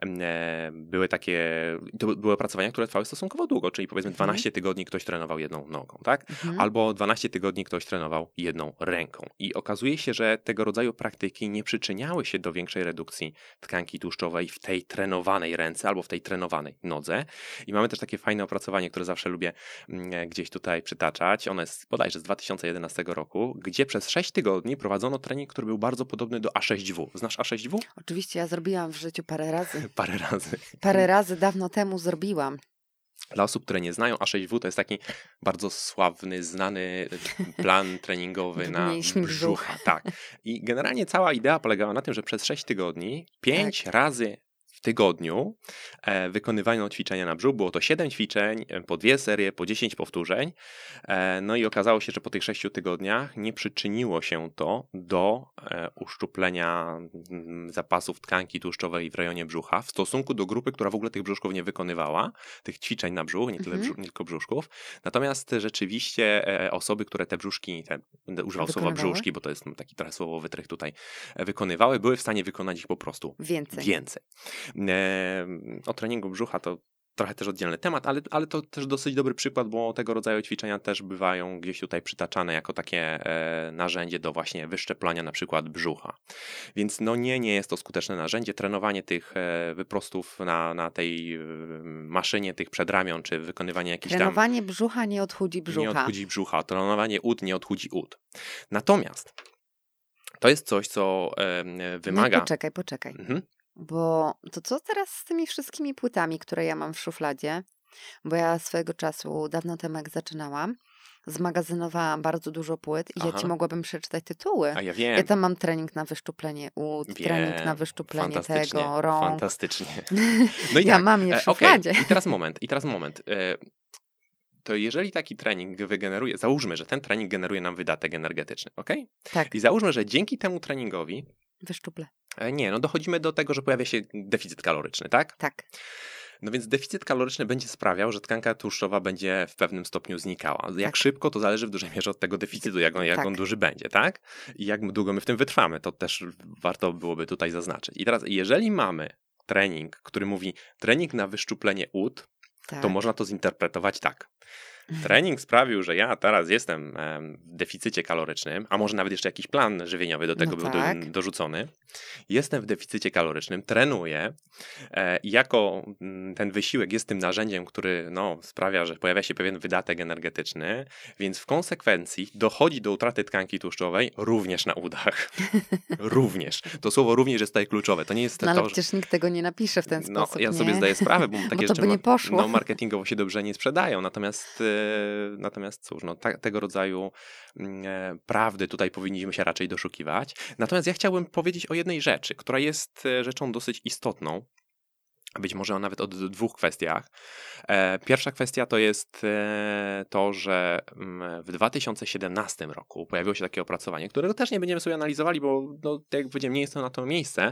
e, były takie, to były opracowania, które trwały stosunkowo długo, czyli powiedzmy dwanaście tygodni ktoś trenował jedną nogą, tak? Mhm. Albo dwanaście tygodni ktoś trenował jedną ręką. I okazuje się, że tego rodzaju praktyki nie przyczyniały się do większej redukcji tkanki tłuszczowej w tej trenowanej ręce albo w tej trenowanej nodze. I mamy też takie fajne opracowanie, które zawsze lubię mm, gdzieś tutaj przytaczać. Ono jest bodajże z dwa tysiące jedenastego roku, gdzie przez sześć tygodni prowadzono trening, który był bardzo podobny do A sześć W. Znasz A sześć W? Oczywiście ja zrobiłam w życiu parę razy. Parę razy. Parę razy dawno temu zrobiłam. Dla osób, które nie znają, A sześć W to jest taki bardzo sławny, znany plan treningowy na Mięśni brzucha. Tak. I generalnie cała idea polegała na tym, że przez sześć tygodni, pięć Tak. razy w tygodniu e, wykonywano ćwiczenia na brzuch. Było to siedem ćwiczeń, e, po dwie serie, po dziesięć powtórzeń. E, no i okazało się, że po tych sześciu tygodniach nie przyczyniło się to do e, uszczuplenia mm, zapasów tkanki tłuszczowej w rejonie brzucha w stosunku do grupy, która w ogóle tych brzuszków nie wykonywała, tych ćwiczeń na brzuch, nie, tyle Mhm. brzuch, nie tylko brzuszków. Natomiast rzeczywiście e, osoby, które te brzuszki, te, będę używał słowa Wykonywały? brzuszki, bo to jest taki trochę słowowy wytrych tutaj, e, wykonywały, były w stanie wykonać ich po prostu Więcej. więcej. E, o treningu brzucha to trochę też oddzielny temat, ale, ale to też dosyć dobry przykład, bo tego rodzaju ćwiczenia też bywają gdzieś tutaj przytaczane jako takie e, narzędzie do właśnie wyszczeplania na przykład brzucha. Więc no nie, nie jest to skuteczne narzędzie. Trenowanie tych e, wyprostów na, na tej e, maszynie, tych przedramion, czy wykonywanie jakichś tam... Trenowanie brzucha nie odchudzi brzucha. Nie odchudzi brzucha. Trenowanie ud nie odchudzi ud. Natomiast to jest coś, co e, wymaga... Nie, poczekaj, poczekaj. Mhm. Bo to co teraz z tymi wszystkimi płytami, które ja mam w szufladzie? Bo ja swojego czasu, dawno temu jak zaczynałam, zmagazynowałam bardzo dużo płyt i ja Aha. ci mogłabym przeczytać tytuły. A ja wiem. Ja tam mam trening na wyszczuplenie ud, Wiem, trening na wyszczuplenie fantastycznie, tego, rąk. Fantastycznie. No i Ja tak, mam je w e, okej, szufladzie. I teraz moment, i teraz moment. E, to jeżeli taki trening wygeneruje, załóżmy, że ten trening generuje nam wydatek energetyczny, ok? Tak, I załóżmy, że dzięki temu treningowi, wyszczuplę. e, nie, no dochodzimy do tego, że pojawia się deficyt kaloryczny, tak? Tak. No więc deficyt kaloryczny będzie sprawiał, że tkanka tłuszczowa będzie w pewnym stopniu znikała. Jak Tak. szybko, to zależy w dużej mierze od tego deficytu, jak on, jak Tak. on duży będzie, tak? I jak długo my w tym wytrwamy, to też warto byłoby tutaj zaznaczyć. I teraz, jeżeli mamy trening, który mówi trening na wyszczuplenie ud, tak. to można to zinterpretować tak. trening sprawił, że ja teraz jestem w deficycie kalorycznym, a może nawet jeszcze jakiś plan żywieniowy do tego No był tak. do, dorzucony. Jestem w deficycie kalorycznym, trenuję e, i jako mm, ten wysiłek jest tym narzędziem, który no, sprawia, że pojawia się pewien wydatek energetyczny, więc w konsekwencji dochodzi do utraty tkanki tłuszczowej również na udach. Również. To słowo również jest tutaj kluczowe. To nie jest No ale to, że... przecież nikt tego nie napisze w ten No, sposób, ja nie? sobie zdaję sprawę, bo takie Bo to rzeczy by nie ma- poszło. no, marketingowo się dobrze nie sprzedają, natomiast, e, natomiast cóż, no, ta, tego rodzaju mm, e, prawdy tutaj powinniśmy się raczej doszukiwać. Natomiast ja chciałbym powiedzieć o jednej rzeczy, która jest e, rzeczą dosyć istotną, być może nawet o d- dwóch kwestiach. E, Pierwsza kwestia to jest e, to, że mm, w dwa tysiące siedemnastym roku pojawiło się takie opracowanie, którego też nie będziemy sobie analizowali, bo no, jak powiedziałem, nie jest to na to miejsce,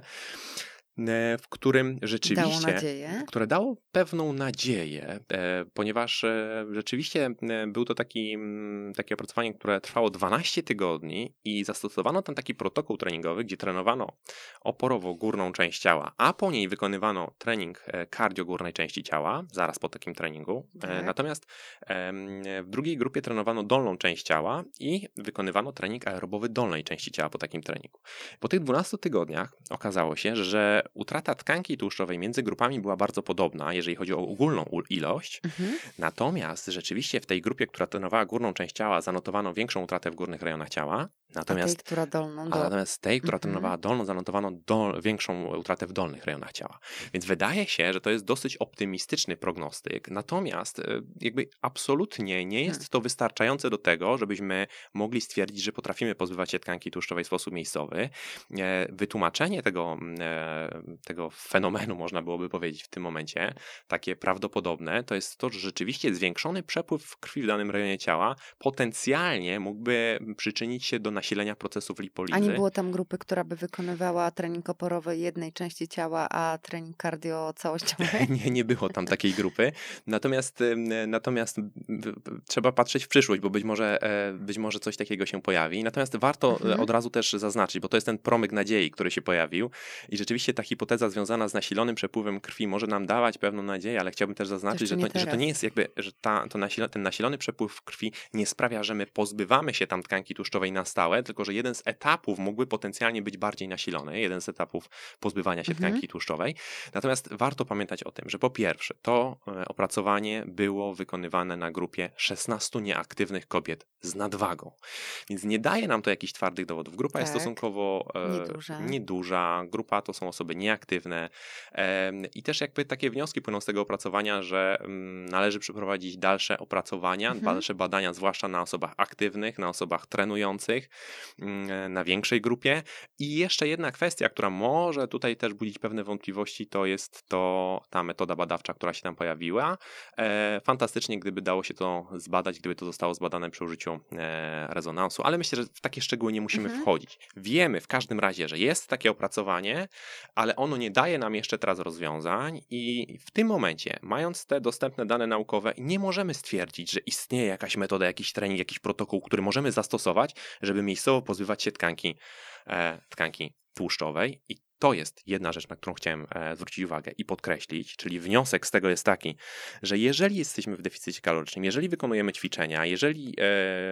e, w którym rzeczywiście, Dało nadzieję. które dało pewną nadzieję, e, ponieważ e, rzeczywiście e, był to taki, mm, takie opracowanie, które trwało dwanaście tygodni i zastosowano tam taki protokół treningowy, gdzie trenowano oporowo górną część ciała, a po niej wykonywano trening e, cardio górnej części ciała, zaraz po takim treningu. E, Tak. Natomiast em, w drugiej grupie trenowano dolną część ciała i wykonywano trening aerobowy dolnej części ciała po takim treningu. Po tych dwunastu tygodniach okazało się, że utrata tkanki tłuszczowej między grupami była bardzo podobna, jeżeli chodzi o ogólną u- ilość. Mhm. Natomiast rzeczywiście w tej grupie, która trenowała górną część ciała, zanotowano większą utratę w górnych rejonach ciała. A Natomiast tej, która dolną a do... natomiast tej, która Mhm. trenowała dolną, zanotowano dol, większą utratę w dolnych rejonach ciała. Więc wydaje się, że to jest dosyć optymistyczny prognostyk. Natomiast e, jakby absolutnie nie jest Hmm. to wystarczające do tego, żebyśmy mogli stwierdzić, że potrafimy pozbywać się tkanki tłuszczowej w sposób miejscowy. E, Wytłumaczenie tego, e, tego fenomenu, można byłoby powiedzieć w tym momencie, takie prawdopodobne, to jest to, że rzeczywiście zwiększony przepływ krwi w danym rejonie ciała potencjalnie mógłby przyczynić się do nasilenia procesów lipolizy. A nie było tam grupy, która by wykonywała trening oporowy jednej części ciała, a trening cardio całościowy? Nie, nie było tam takiej grupy. Natomiast, ym, natomiast w- w- trzeba patrzeć w przyszłość, bo być może, e, być może coś takiego się pojawi. Natomiast warto Mhm. e, od razu też zaznaczyć, bo to jest ten promyk nadziei, który się pojawił i rzeczywiście ta hipoteza związana z nasilonym przepływem krwi może nam dawać pewną nadzieję, ale chciałbym też zaznaczyć, Jeszcze że nie to, że to teraz. nie jest jakby, że ta, to nasilo, ten nasilony przepływ krwi nie sprawia, że my pozbywamy się tam tkanki tłuszczowej na stałe, tylko że jeden z etapów mógłby potencjalnie być bardziej nasilony, jeden z etapów pozbywania się Mhm. tkanki tłuszczowej. Natomiast warto pamiętać o tym, że po pierwsze, to e, opracowanie było wykonywane na grupie szesnastu nieaktywnych kobiet z nadwagą. Więc nie daje nam to jakichś twardych dowodów. Grupa jest Tak. stosunkowo e, Nieduża. nieduża. Grupa to są osoby nieaktywne. E, I też jakby takie wnioski płyną z tego opracowania, że mm, należy przeprowadzić dalsze opracowania, Mhm. dalsze badania, zwłaszcza na osobach aktywnych, na osobach trenujących, mm, na większej grupie. I jeszcze jedna kwestia, która może tutaj też budzić pewne wątpliwości, to jest to ta metoda badawcza, która się tam pojawiła. E, fantastycznie, gdyby dało się to zbadać, gdyby to zostało zbadane przy użyciu e, rezonansu, ale myślę, że w takie szczegóły nie musimy Mhm. wchodzić. Wiemy w każdym razie, że jest takie opracowanie, ale ono nie daje nam jeszcze teraz rozwiązań i w tym momencie, mając te dostępne dane naukowe, nie możemy stwierdzić, że istnieje jakaś metoda, jakiś trening, jakiś protokół, który możemy zastosować, żeby miejscowo pozbywać się tkanki, e, tkanki tłuszczowej. I to jest jedna rzecz, na którą chciałem e, zwrócić uwagę i podkreślić, czyli wniosek z tego jest taki, że jeżeli jesteśmy w deficycie kalorycznym, jeżeli wykonujemy ćwiczenia, jeżeli e,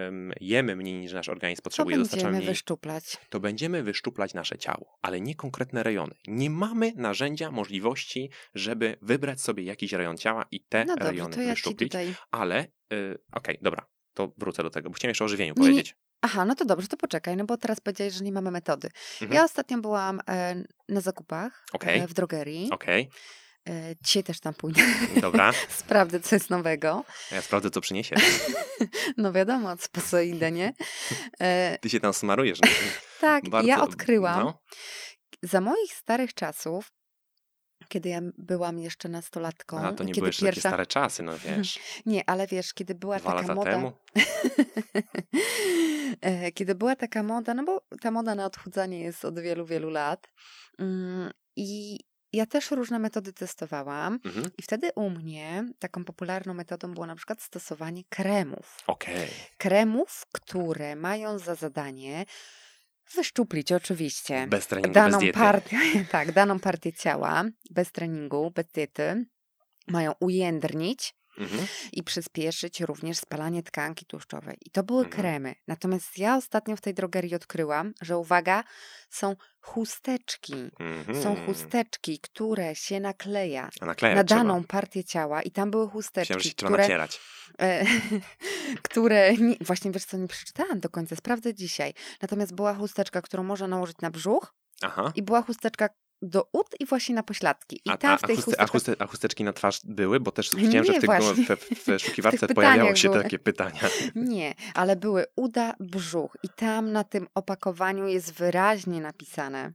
jemy mniej niż nasz organizm To potrzebuje, dostarczamy będziemy mniej, wyszczuplać. to będziemy wyszczuplać nasze ciało, ale nie konkretne rejony. Nie mamy narzędzia, możliwości, żeby wybrać sobie jakiś rejon ciała i te No dobrze, rejony to ja ci wyszczuplić, tutaj... ale y, okej, dobra, to wrócę do tego, bo chciałem jeszcze o żywieniu Nie, nie. powiedzieć. Aha, no to dobrze, to poczekaj, no bo teraz powiedziałeś, że nie mamy metody. Mhm. Ja ostatnio byłam e, na zakupach Okej. e, w drogerii. Okej, E, dzisiaj też tam pójdę. dobra, Sprawdzę, co jest nowego. ja sprawdzę, co przyniesie. No wiadomo, po co idę, nie? E, Ty się tam smarujesz. no. tak, Bardzo, ja odkryłam no, za moich starych czasów, kiedy ja byłam jeszcze nastolatką, a to nie kiedy były jeszcze takie pierwsza... stare czasy, no wiesz, Nie, ale wiesz, kiedy była dwa taka lata moda... temu. E, Kiedy była taka moda, no bo ta moda na odchudzanie jest od wielu, wielu lat. Mm, I ja też różne metody testowałam. Mhm. I wtedy u mnie taką popularną metodą było na przykład stosowanie kremów. Okej, Kremów, które mają za zadanie wyszczuplić oczywiście bez treningu, bez daną diety. partię, tak, daną partię ciała, bez treningu, bez diety. Mają ujędrnić Mhm. i przyspieszyć również spalanie tkanki tłuszczowej. I to były Mhm. kremy. Natomiast ja ostatnio w tej drogerii odkryłam, że uwaga, są chusteczki. Mhm. Są chusteczki, które się nakleja A naklejać na trzeba. daną partię ciała i tam były Myślałem, że chusteczki, się trzeba które, nacierać. e, które nie, właśnie wiesz co, nie przeczytałam do końca, sprawdzę dzisiaj. Natomiast była chusteczka, którą można nałożyć na brzuch Aha. i była chusteczka do ud i właśnie na pośladki. I A, tam a, w a, tej chuste, a, chusteczce... chuste, a chusteczki na twarz były? Bo też widziałem, że Nie, w, tych, właśnie. w, w wyszukiwarce W tych pojawiało pytaniach się były. takie pytania. Nie, ale były uda, brzuch i tam na tym opakowaniu jest wyraźnie napisane,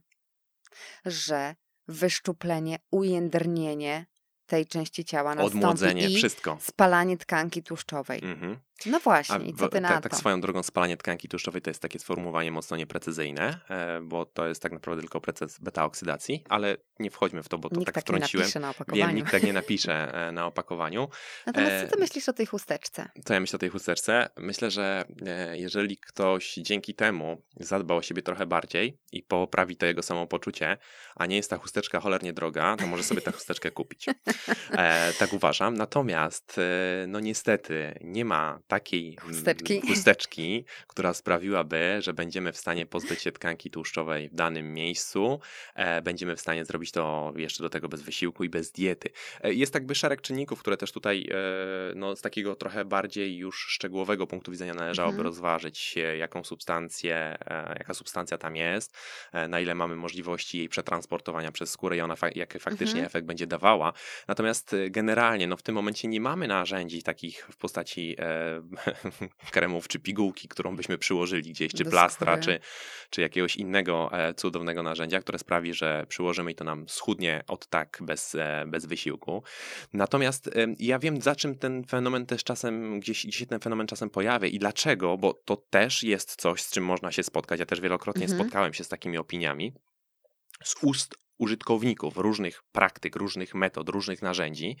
że wyszczuplenie, ujędrnienie tej części ciała nastąpi Odmłodzenie, i wszystko. spalanie tkanki tłuszczowej. Mhm. No A właśnie, i co w, ty na tak, to? tak swoją drogą spalanie tkanki tłuszczowej to jest takie sformułowanie mocno nieprecyzyjne, e, bo to jest tak naprawdę tylko proces beta-oksydacji, ale nie wchodźmy w to, bo to Nikt tak tak nie wtrąciłem. napisze na Wiem, opakowaniu. nikt tak nie napisze e, na opakowaniu. Natomiast E, co ty myślisz o tej chusteczce? Co ja myślę o tej chusteczce? Myślę, że e, jeżeli ktoś dzięki temu zadba o siebie trochę bardziej i poprawi to jego samopoczucie, a nie jest ta chusteczka cholernie droga, to może sobie tę chusteczkę kupić. E, tak uważam. Natomiast e, no niestety nie ma takiej mm, Chusteczki. chusteczki, która sprawiłaby, że będziemy w stanie pozbyć się tkanki tłuszczowej w danym miejscu. E, będziemy w stanie zrobić to jeszcze do tego bez wysiłku i bez diety. E, jest jakby szereg czynników, które też tutaj e, no, z takiego trochę bardziej już szczegółowego punktu widzenia należałoby Mhm. rozważyć, e, jaką substancję, e, jaka substancja tam jest, e, na ile mamy możliwości jej przetransportowania przez skórę i ona fa- jaki faktycznie Mhm. efekt będzie dawała. Natomiast e, generalnie no, w tym momencie nie mamy narzędzi takich w postaci e, kremów czy pigułki, którą byśmy przyłożyli gdzieś, czy Do plastra, skóry. czy, czy jakiegoś innego e, cudownego narzędzia, które sprawi, że przyłożymy i to nam schudnie od tak bez, e, bez wysiłku. Natomiast e, ja wiem, za czym ten fenomen też czasem, gdzieś, gdzieś się ten fenomen czasem pojawia i dlaczego, bo to też jest coś, z czym można się spotkać. Ja też wielokrotnie Mhm. spotkałem się z takimi opiniami z ust użytkowników różnych praktyk, różnych metod, różnych narzędzi,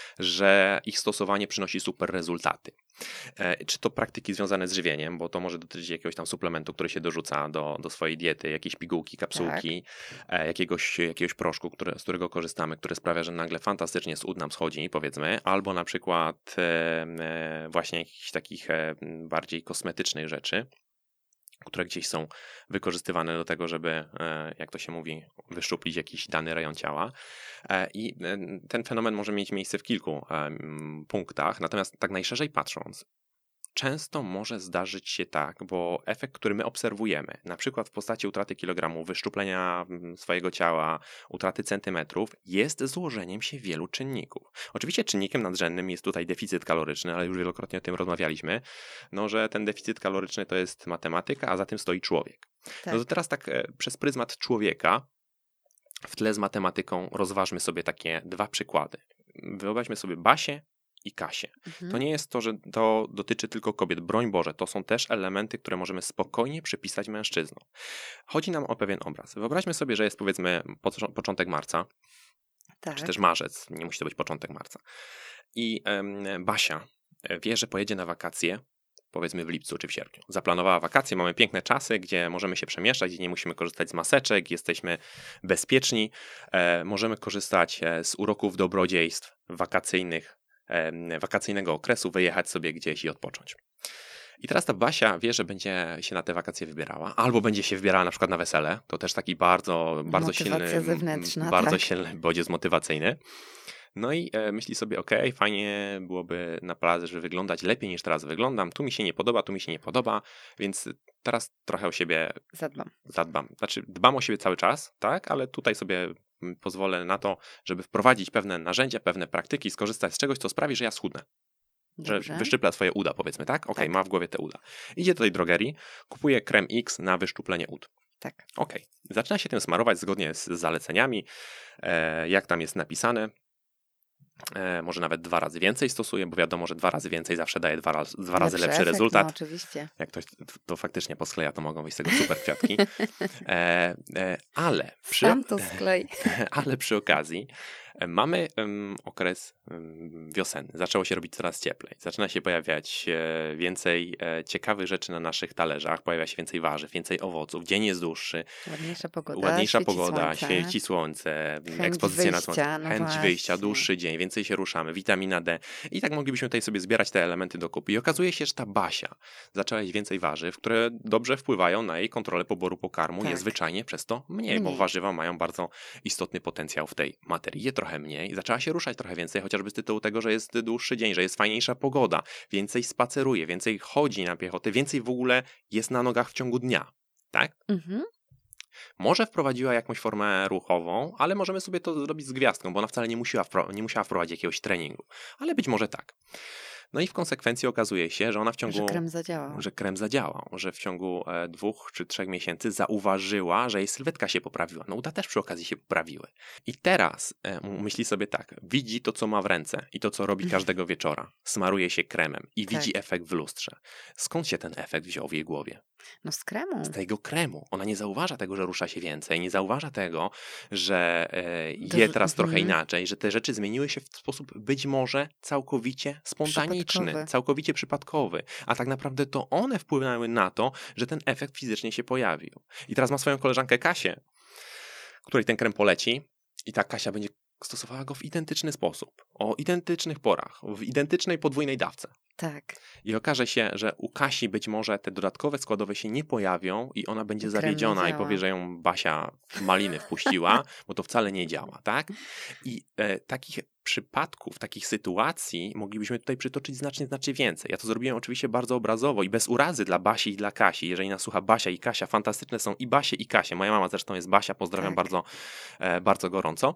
że ich stosowanie przynosi super rezultaty. E, Czy to praktyki związane z żywieniem, bo to może dotyczyć jakiegoś tam suplementu, który się dorzuca do, do swojej diety, jakieś pigułki, kapsułki, e, jakiegoś, jakiegoś proszku, które, z którego korzystamy, który sprawia, że nagle fantastycznie z ud nam schodzi, powiedzmy, albo na przykład e, e, właśnie jakichś takich e, bardziej kosmetycznych rzeczy, które gdzieś są wykorzystywane do tego, żeby, e, jak to się mówi, wyszczuplić jakiś dany rejon ciała. E, I e, ten fenomen może mieć miejsce w kilku e, m, punktach, natomiast tak najszerzej patrząc, często może zdarzyć się tak, bo efekt, który my obserwujemy, na przykład w postaci utraty kilogramów, wyszczuplenia mm, swojego ciała, utraty centymetrów, jest złożeniem się wielu czynników. Oczywiście czynnikiem nadrzędnym jest tutaj deficyt kaloryczny, ale już wielokrotnie o tym rozmawialiśmy, no, że ten deficyt kaloryczny to jest matematyka, a za tym stoi człowiek. Tak. No to teraz tak e, przez pryzmat człowieka w tle z matematyką rozważmy sobie takie dwa przykłady. Wyobraźmy sobie Basię i Kasię. Mhm. To nie jest to, że to dotyczy tylko kobiet. Broń Boże, to są też elementy, które możemy spokojnie przypisać mężczyznom. Chodzi nam o pewien obraz. Wyobraźmy sobie, że jest powiedzmy pocz- początek marca, Tak. czy też marzec, nie musi to być początek marca. I em, Basia wie, że pojedzie na wakacje, powiedzmy w lipcu czy w sierpniu. Zaplanowała wakacje, mamy piękne czasy, gdzie możemy się przemieszczać, gdzie nie musimy korzystać z maseczek, jesteśmy bezpieczni, e, możemy korzystać e, z uroków dobrodziejstw wakacyjnych, e, wakacyjnego okresu, wyjechać sobie gdzieś i odpocząć. I teraz ta Basia wie, że będzie się na te wakacje wybierała, albo będzie się wybierała na przykład na wesele. To też taki bardzo, bardzo Motywacja silny, zewnętrzna, bardzo tak. silny bodziec motywacyjny. No i e, myśli sobie, okej, fajnie byłoby na plaży wyglądać lepiej niż teraz wyglądam. Tu mi się nie podoba, tu mi się nie podoba, więc teraz trochę o siebie Zadbam. zadbam. Znaczy dbam o siebie cały czas, tak, ale tutaj sobie mm, pozwolę na to, żeby wprowadzić pewne narzędzia, pewne praktyki, skorzystać z czegoś, co sprawi, że ja schudnę. Że Dobrze. wyszczypla swoje uda, powiedzmy, tak? Okej, Tak. ma w głowie te uda. Idzie do tej drogerii, kupuje krem X na wyszczuplenie ud. Tak. Okej. Zaczyna się tym smarować zgodnie z zaleceniami, e, jak tam jest napisane. E, może nawet dwa razy więcej stosuje, bo wiadomo, że dwa razy więcej zawsze daje dwa, raz, dwa razy lepszy efekt, rezultat. No, oczywiście. Jak ktoś to faktycznie poskleja, to mogą być z tego super kwiatki. E, e, ale, przy, Sam to sklej. ale przy okazji Mamy um, okres um, wiosenny. Zaczęło się robić coraz cieplej. Zaczyna się pojawiać e, więcej e, ciekawych rzeczy na naszych talerzach. Pojawia się więcej warzyw, więcej owoców. Dzień jest dłuższy. Ładniejsza pogoda, Ładniejsza świeci pogoda, słońce. świeci słońce, Chęć ekspozycja na wyjścia, słońce, no chęć wyjścia, właśnie. dłuższy dzień, więcej się ruszamy, witamina D. I tak moglibyśmy tutaj sobie zbierać te elementy do kupy. I okazuje się, że ta Basia zaczęła jeść więcej warzyw, które dobrze wpływają na jej kontrolę poboru pokarmu. Tak. Jest zwyczajnie przez to mniej, bo Mniej. warzywa mają bardzo istotny potencjał w tej materii. Je trochę mniej, zaczęła się ruszać trochę więcej, chociażby z tytułu tego, że jest dłuższy dzień, że jest fajniejsza pogoda, więcej spaceruje, więcej chodzi na piechotę, więcej w ogóle jest na nogach w ciągu dnia. Tak? Mhm. Może wprowadziła jakąś formę ruchową, ale możemy sobie to zrobić z gwiazdką, bo ona wcale nie musiała, wpro- nie musiała wprowadzić jakiegoś treningu. Ale być może tak. No i w konsekwencji okazuje się, że ona w ciągu... Że krem zadziałał. Że krem zadziałał, że w ciągu e, dwóch czy trzech miesięcy zauważyła, że jej sylwetka się poprawiła. No uda też przy okazji się poprawiły. I teraz e, myśli sobie tak, widzi to, co ma w ręce i to, co robi każdego wieczora. Smaruje się kremem i Tak. widzi efekt w lustrze. Skąd się ten efekt wziął w jej głowie? No z kremu. Z tego kremu. Ona nie zauważa tego, że rusza się więcej, nie zauważa tego, że e, je Dorzu- teraz trochę mhm. inaczej, że te rzeczy zmieniły się w sposób być może całkowicie spontaniczny, Przypadkowy. całkowicie przypadkowy, a tak naprawdę to one wpłynęły na to, że ten efekt fizycznie się pojawił. I teraz ma swoją koleżankę Kasię, której ten krem poleci i ta Kasia będzie stosowała go w identyczny sposób, o identycznych porach, w identycznej podwójnej dawce. Tak. I okaże się, że u Kasi być może te dodatkowe składowe się nie pojawią i ona będzie Krem nie zawiedziona i działa. powie, że ją Basia w maliny wpuściła, bo to wcale nie działa, tak? I e, takich przypadków, takich sytuacji moglibyśmy tutaj przytoczyć znacznie, znacznie więcej. Ja to zrobiłem oczywiście bardzo obrazowo i bez urazy dla Basi i dla Kasi. Jeżeli nas słucha Basia i Kasia, fantastyczne są i Basie i Kasie. Moja mama zresztą jest Basia, pozdrawiam Tak. bardzo, e, bardzo gorąco.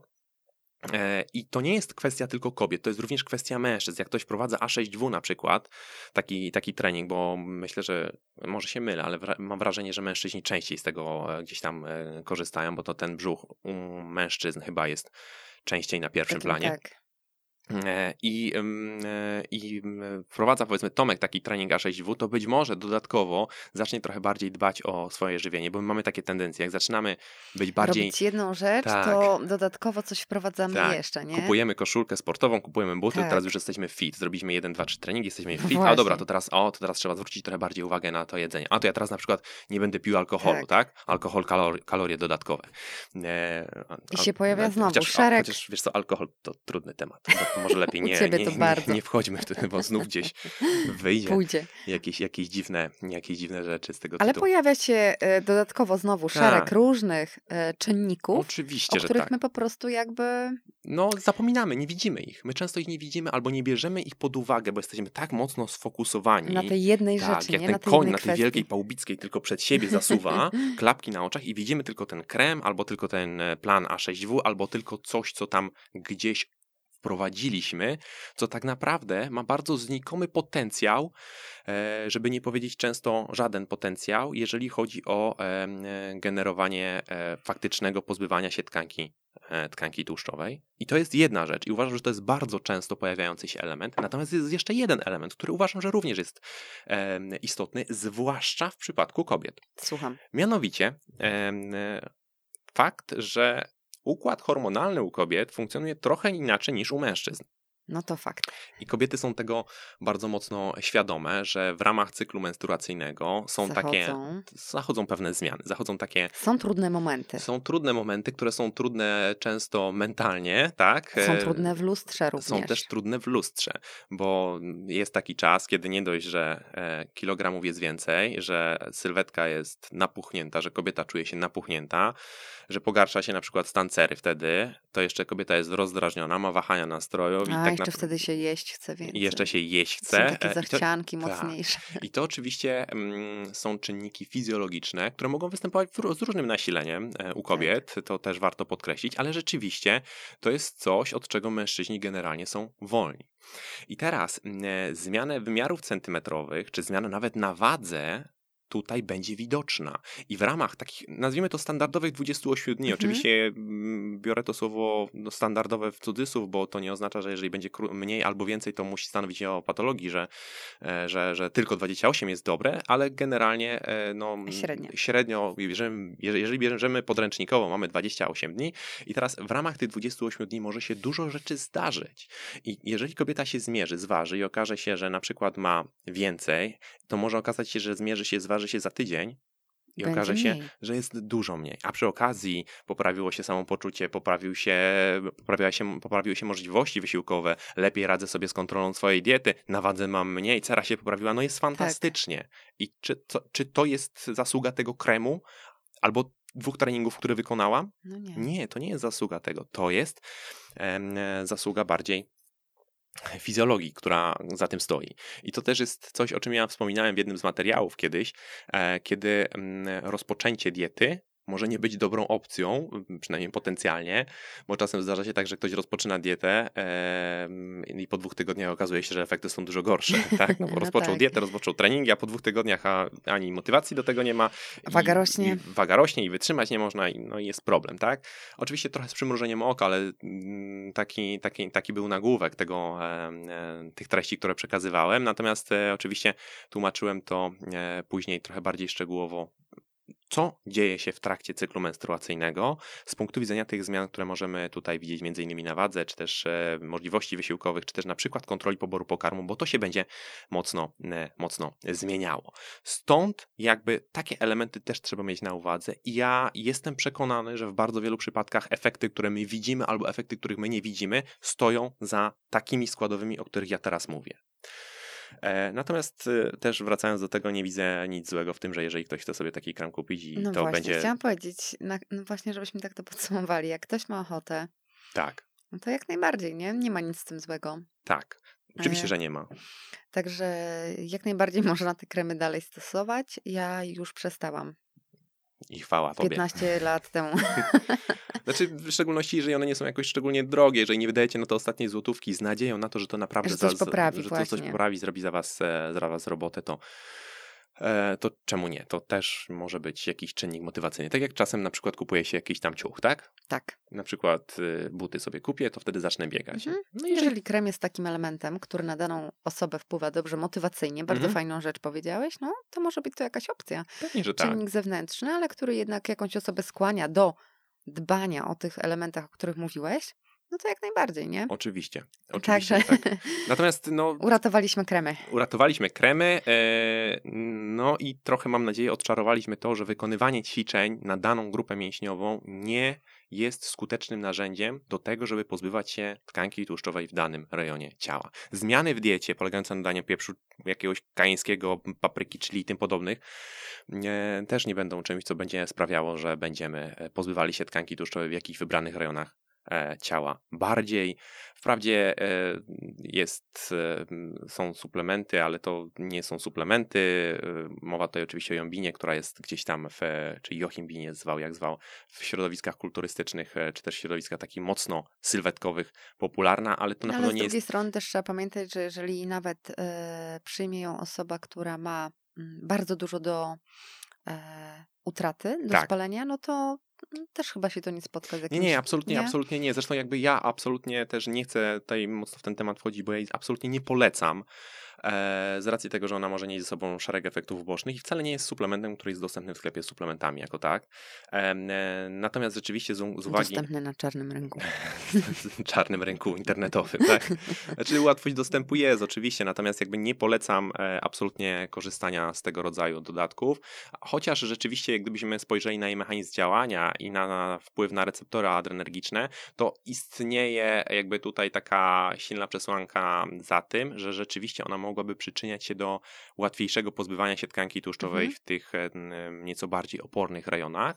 E, I to nie jest kwestia tylko kobiet, to jest również kwestia mężczyzn. Jak ktoś wprowadza A sześć W na przykład, taki, taki trening, bo myślę, że może się mylę, ale wra- mam wrażenie, że mężczyźni częściej z tego e, gdzieś tam e, korzystają, bo to ten brzuch u mężczyzn chyba jest częściej na pierwszym Takim, planie. tak. E, I, ym, e, i ym, wprowadza powiedzmy Tomek taki trening A sześć W, to być może dodatkowo zacznie trochę bardziej dbać o swoje żywienie, bo my mamy takie tendencje, jak zaczynamy być bardziej... Robić jedną rzecz, Tak. to dodatkowo coś wprowadzamy Tak, jeszcze, nie? kupujemy koszulkę sportową, kupujemy buty, Tak. teraz już jesteśmy fit, zrobiliśmy jeden, dwa, trzy treningi, jesteśmy No fit, a właśnie. dobra, to teraz, o, to teraz trzeba zwrócić trochę bardziej uwagę na to jedzenie. A to ja teraz na przykład nie będę pił alkoholu, tak? Tak. Alkohol, kalor- kalorie dodatkowe. E, a- I a- się pojawia a- znowu chociaż, szereg. O, chociaż wiesz co, alkohol to trudny temat, to może lepiej U nie, ciebie nie, to nie, bardzo. nie wchodźmy w to, bo znów gdzieś wyjdzie Pójdzie. jakieś, jakieś, dziwne, jakieś dziwne rzeczy z tego Ale tytułu. pojawia się e, dodatkowo znowu szereg Tak. różnych e, czynników, Oczywiście, o że których tak. my po prostu jakby... No, zapominamy, nie widzimy ich. My często ich nie widzimy albo nie bierzemy ich pod uwagę, bo jesteśmy tak mocno sfokusowani. Na tej jednej tak, rzeczy, jak nie? ten Na tej koń jednej na tej kwestii. wielkiej pałubickiej tylko przed siebie zasuwa, klapki na oczach i widzimy tylko ten krem, albo tylko ten e, plan A sześć W, albo tylko coś, co tam gdzieś wprowadziliśmy, co tak naprawdę ma bardzo znikomy potencjał, e, żeby nie powiedzieć często żaden potencjał, jeżeli chodzi o e, e, generowanie e, faktycznego pozbywania się tkanki e, tkanki tłuszczowej. I to jest jedna rzecz i uważam, że to jest bardzo często pojawiający się element. Natomiast jest jeszcze jeden element, który uważam, że również jest e, istotny, zwłaszcza w przypadku kobiet. Słucham. Mianowicie e, e, fakt, że układ hormonalny u kobiet funkcjonuje trochę inaczej niż u mężczyzn. No to fakt. I kobiety są tego bardzo mocno świadome, że w ramach cyklu menstruacyjnego są takie, Zachodzą. zachodzą pewne zmiany, zachodzą takie, Są trudne momenty. są trudne momenty, które są trudne często mentalnie, tak? Są E, trudne w lustrze również. Są też trudne w lustrze, bo jest taki czas, kiedy nie dość, że e, kilogramów jest więcej, że sylwetka jest napuchnięta, że kobieta czuje się napuchnięta, że pogarsza się na przykład stan cery wtedy, to jeszcze kobieta jest rozdrażniona, ma wahania nastroju. I A tak jeszcze na... wtedy się jeść chce więcej. I jeszcze się jeść chce. Są takie E, i to- zachcianki tak. mocniejsze. I to oczywiście mm, są czynniki fizjologiczne, które mogą występować w, z różnym nasileniem e, u kobiet, to też warto podkreślić, ale rzeczywiście to jest coś, od czego mężczyźni generalnie są wolni. I teraz mm, zmianę wymiarów centymetrowych, czy zmianę nawet na wadze tutaj będzie widoczna. I w ramach takich, nazwijmy to standardowych dwudziestu ośmiu dni, Mhm. oczywiście biorę to słowo no, standardowe w cudzysłów, bo to nie oznacza, że jeżeli będzie mniej albo więcej, to musi stanowić o patologii, że, że, że tylko dwadzieścia osiem jest dobre, ale generalnie no, Średnio. średnio bierzemy, jeżeli bierzemy podręcznikowo, mamy dwadzieścia osiem dni i teraz w ramach tych dwudziestu ośmiu dni może się dużo rzeczy zdarzyć. I jeżeli kobieta się zmierzy, zważy i okaże się, że na przykład ma więcej, to może okazać się, że zmierzy się, zważy się za tydzień i Będzie okaże się, mniej. że jest dużo mniej. A przy okazji poprawiło się samopoczucie, poprawił się, poprawiła się, poprawiły się możliwości wysiłkowe, lepiej radzę sobie z kontrolą swojej diety, na wadze mam mniej, cera się poprawiła, no jest fantastycznie. Tak. I czy to, czy to jest zasługa tego kremu albo dwóch treningów, które wykonałam? No nie. Nie, to nie jest zasługa tego. To jest em, zasługa bardziej fizjologii, która za tym stoi. I to też jest coś, o czym ja wspominałem w jednym z materiałów kiedyś, e, kiedy m, rozpoczęcie diety może nie być dobrą opcją, przynajmniej potencjalnie, bo czasem zdarza się tak, że ktoś rozpoczyna dietę e, i po dwóch tygodniach okazuje się, że efekty są dużo gorsze. Tak? No bo No rozpoczął tak. dietę, rozpoczął treningi, a po dwóch tygodniach a, ani motywacji do tego nie ma. Waga i, rośnie. I waga rośnie i wytrzymać nie można i no, jest problem. Tak? Oczywiście trochę z przymrużeniem oka, ale taki, taki, taki był nagłówek tego, e, e, tych treści, które przekazywałem. Natomiast e, oczywiście tłumaczyłem to e, później trochę bardziej szczegółowo, co dzieje się w trakcie cyklu menstruacyjnego z punktu widzenia tych zmian, które możemy tutaj widzieć między innymi na wadze, czy też e, możliwości wysiłkowych, czy też na przykład kontroli poboru pokarmu, bo to się będzie mocno, e, mocno zmieniało. Stąd jakby takie elementy też trzeba mieć na uwadze i ja jestem przekonany, że w bardzo wielu przypadkach efekty, które my widzimy albo efekty, których my nie widzimy, stoją za takimi składowymi, o których ja teraz mówię. Natomiast też wracając do tego, nie widzę nic złego w tym, że jeżeli ktoś chce sobie taki krem kupić i no to właśnie, będzie... chciałam powiedzieć, no właśnie, żebyśmy tak to podsumowali. Jak ktoś ma ochotę, tak, no to jak najbardziej, nie? Nie ma nic z tym złego. Tak, oczywiście, że nie ma. Także jak najbardziej można te kremy dalej stosować. Ja już przestałam. I chwała tobie. piętnaście lat temu. Znaczy, w szczególności, jeżeli one nie są jakoś szczególnie drogie, jeżeli nie wydajecie na to ostatniej złotówki z nadzieją na to, że to naprawdę że coś za, poprawi, że to właśnie. coś poprawi, zrobi za was, za was robotę, to, e, to czemu nie? To też może być jakiś czynnik motywacyjny. Tak jak czasem na przykład kupuje się jakiś tam ciuch, tak? Tak. Na przykład y, buty sobie kupię, to wtedy zacznę biegać. Mhm. No jeżeli... jeżeli krem jest takim elementem, który na daną osobę wpływa dobrze motywacyjnie, bardzo mhm. fajną rzecz powiedziałeś, no to może być to jakaś opcja. Pewnie, że tak. Czynnik zewnętrzny, ale który jednak jakąś osobę skłania do dbania o tych elementach, o których mówiłeś, no to jak najbardziej, nie? Oczywiście. Oczywiście Także tak. Natomiast no... uratowaliśmy kremy. Uratowaliśmy kremy, e, no i trochę mam nadzieję odczarowaliśmy to, że wykonywanie ćwiczeń na daną grupę mięśniową nie jest skutecznym narzędziem do tego, żeby pozbywać się tkanki tłuszczowej w danym rejonie ciała. Zmiany w diecie polegające na daniu pieprzu jakiegoś kajeńskiego, papryki, czyli tym podobnych, e, też nie będą czymś, co będzie sprawiało, że będziemy pozbywali się tkanki tłuszczowej w jakichś wybranych rejonach ciała bardziej. Wprawdzie jest, są suplementy, ale to nie są suplementy. Mowa tutaj oczywiście o jombinie, która jest gdzieś tam, w, czy jochimbinie zwał, jak zwał, w środowiskach kulturystycznych, czy też środowiskach takich mocno sylwetkowych popularna, ale to na ale pewno z nie jest... drugiej strony też trzeba pamiętać, że jeżeli nawet e, przyjmie ją osoba, która ma m, bardzo dużo do e, utraty, do tak. spalenia, no to też chyba się to nie spotka z jakimś... Nie, nie, absolutnie, nie? absolutnie nie. Zresztą jakby ja absolutnie też nie chcę tutaj mocno w ten temat wchodzić, bo ja jej absolutnie nie polecam e, z racji tego, że ona może nieść ze sobą szereg efektów ubocznych i wcale nie jest suplementem, który jest dostępny w sklepie z suplementami jako tak. E, e, natomiast rzeczywiście z, z uwagi... Dostępny na czarnym rynku. czarnym rynku internetowym, tak? Znaczy łatwość dostępu jest oczywiście, natomiast jakby nie polecam e, absolutnie korzystania z tego rodzaju dodatków, chociaż rzeczywiście gdybyśmy spojrzeli na jej mechanizm działania i na, na wpływ na receptory adrenergiczne, to istnieje jakby tutaj taka silna przesłanka za tym, że rzeczywiście ona mogłaby przyczyniać się do łatwiejszego pozbywania się tkanki tłuszczowej mhm. w tych e, nieco bardziej opornych rejonach.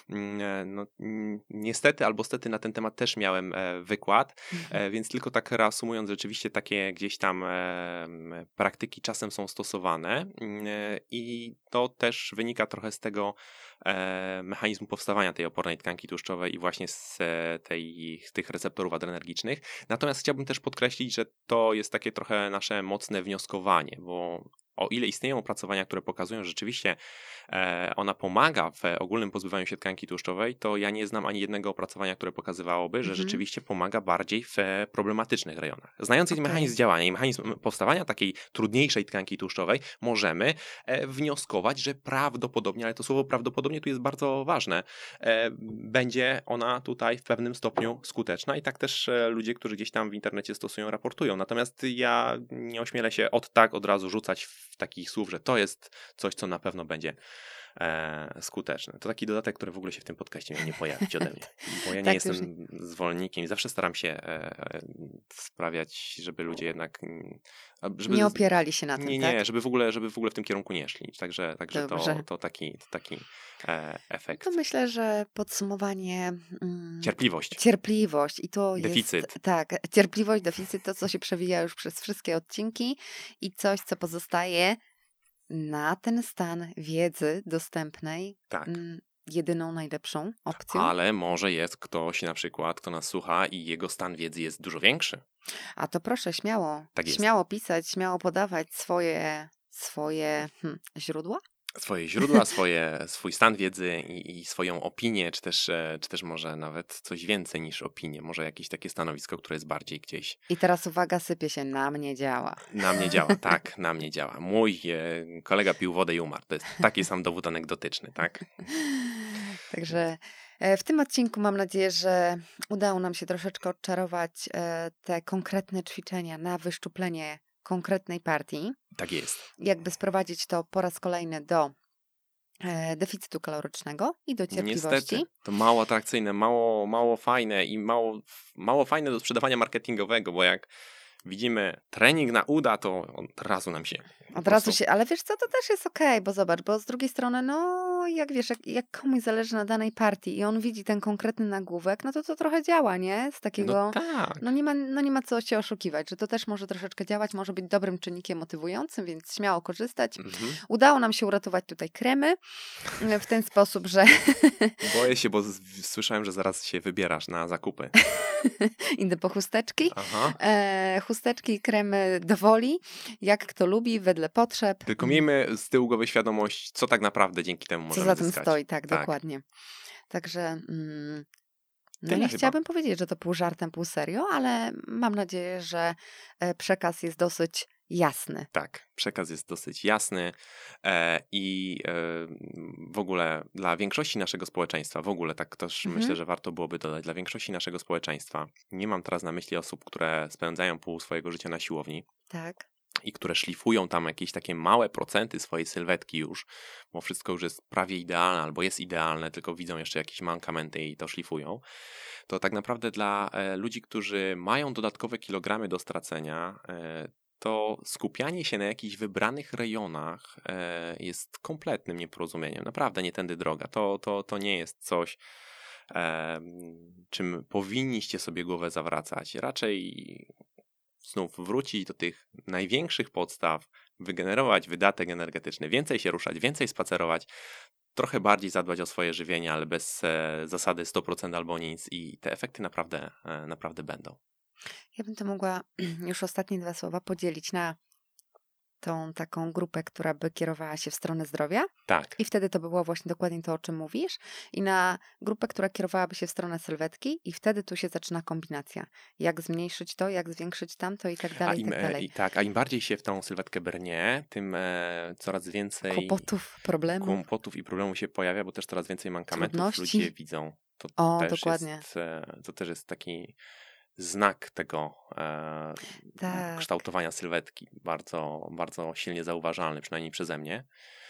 No, niestety albo stety na ten temat też miałem e, wykład, mhm. e, więc tylko tak reasumując, rzeczywiście takie gdzieś tam e, praktyki czasem są stosowane e, i to też wynika trochę z tego e, mechanizmu powstawania tej opornej tkanki tłuszczowej i właśnie z, tej, z tych receptorów adrenergicznych. Natomiast chciałbym też podkreślić, że to jest takie trochę nasze mocne wnioskowanie, bo o ile istnieją opracowania, które pokazują, że rzeczywiście e, ona pomaga w ogólnym pozbywaniu się tkanki tłuszczowej, to ja nie znam ani jednego opracowania, które pokazywałoby, że Mhm. rzeczywiście pomaga bardziej w e, problematycznych rejonach. Znając okay. mechanizm działania i mechanizm powstawania takiej trudniejszej tkanki tłuszczowej, możemy e, wnioskować, że prawdopodobnie, ale to słowo prawdopodobnie tu jest bardzo ważne, e, będzie ona tutaj w pewnym stopniu skuteczna i tak też e, ludzie, którzy gdzieś tam w internecie stosują, raportują. Natomiast ja nie ośmielę się od tak od razu rzucać w takich słów, że to jest coś, co na pewno będzie e, skuteczne. To taki dodatek, który w ogóle się w tym podcaście miał nie pojawić ode mnie, bo ja nie tak, jestem już... zwolennikiem i zawsze staram się e, sprawiać, żeby ludzie jednak żeby, nie opierali się na tym, nie, tak? nie, żeby w ogóle, żeby w ogóle w tym kierunku nie szli. Także, także to, to taki, to taki e, efekt. To myślę, że podsumowanie... Mm, cierpliwość. Cierpliwość i to deficyt. jest... Tak, cierpliwość, deficyt, to co się przewija już przez wszystkie odcinki i coś, co pozostaje na ten stan wiedzy dostępnej. Tak. Mm, jedyną, najlepszą opcją. Ale może jest ktoś na przykład, kto nas słucha i jego stan wiedzy jest dużo większy. A to proszę, śmiało. Tak jest. Śmiało pisać, śmiało podawać swoje, swoje hmm, źródła? Swoje źródła, swoje, swój stan wiedzy i, i swoją opinię, czy też, czy też może nawet coś więcej niż opinię. Może jakieś takie stanowisko, które jest bardziej gdzieś... I teraz uwaga, sypie się, na mnie działa. Na mnie działa, tak, na mnie działa. Mój e, kolega pił wodę i umarł. To jest taki sam dowód anegdotyczny, tak? Także w tym odcinku mam nadzieję, że udało nam się troszeczkę odczarować te konkretne ćwiczenia na wyszczuplenie konkretnej partii. Tak jest. Jakby sprowadzić to po raz kolejny do deficytu kalorycznego i do cierpliwości. Niestety, to mało atrakcyjne, mało, mało fajne i mało, mało fajne do sprzedawania marketingowego, bo jak widzimy trening na uda, to od razu nam się... Od razu się, ale wiesz co, to też jest okej, okay, bo zobacz, bo z drugiej strony, no jak wiesz, jak, jak komuś zależy na danej partii i on widzi ten konkretny nagłówek, no to to trochę działa, nie? Z takiego, no tak. no nie ma, no nie ma co się oszukiwać, że to też może troszeczkę działać, może być dobrym czynnikiem motywującym, więc śmiało korzystać. Mhm. Udało nam się uratować tutaj kremy w ten sposób, że... Boję się, bo z- słyszałem, że zaraz się wybierasz na zakupy. Idę po chusteczki. Aha. E, chusteczki i kremy do woli, jak kto lubi, wedle potrzeb. Tylko miejmy z tyłu głowy świadomość, co tak naprawdę dzięki temu możemy Co za tym zyskać. stoi, tak, tak, dokładnie. Także mm, no Tyle nie chyba. chciałabym powiedzieć, że to pół żartem, pół serio, ale mam nadzieję, że przekaz jest dosyć jasny. Tak, przekaz jest dosyć jasny e, i e, w ogóle dla większości naszego społeczeństwa, w ogóle tak też mhm. myślę, że warto byłoby dodać, dla większości naszego społeczeństwa, nie mam teraz na myśli osób, które spędzają pół swojego życia na siłowni. Tak. I które szlifują tam jakieś takie małe procenty swojej sylwetki już, bo wszystko już jest prawie idealne albo jest idealne, tylko widzą jeszcze jakieś mankamenty i to szlifują, to tak naprawdę dla e, ludzi, którzy mają dodatkowe kilogramy do stracenia, e, to skupianie się na jakichś wybranych rejonach e, jest kompletnym nieporozumieniem. Naprawdę nie tędy droga. To, to, to nie jest coś, e, czym powinniście sobie głowę zawracać. Raczej znów wrócić do tych największych podstaw, wygenerować wydatek energetyczny, więcej się ruszać, więcej spacerować, trochę bardziej zadbać o swoje żywienie, ale bez e, zasady sto procent albo nic i te efekty naprawdę, e, naprawdę będą. Ja bym to mogła już ostatnie dwa słowa podzielić na tą taką grupę, która by kierowała się w stronę zdrowia. Tak. I wtedy to by było właśnie dokładnie to, o czym mówisz. I na grupę, która kierowałaby się w stronę sylwetki i wtedy tu się zaczyna kombinacja. Jak zmniejszyć to, jak zwiększyć tamto i tak dalej, a im, i tak dalej. I tak, a im bardziej się w tą sylwetkę brnie, tym e, coraz więcej kłopotów, problemów. Kłopotów i problemów się pojawia, bo też coraz więcej mankamentów Trudności. ludzie widzą. To o, też dokładnie. Jest, e, to też jest taki znak tego e, tak. kształtowania sylwetki, bardzo, bardzo silnie zauważalny, przynajmniej przeze mnie.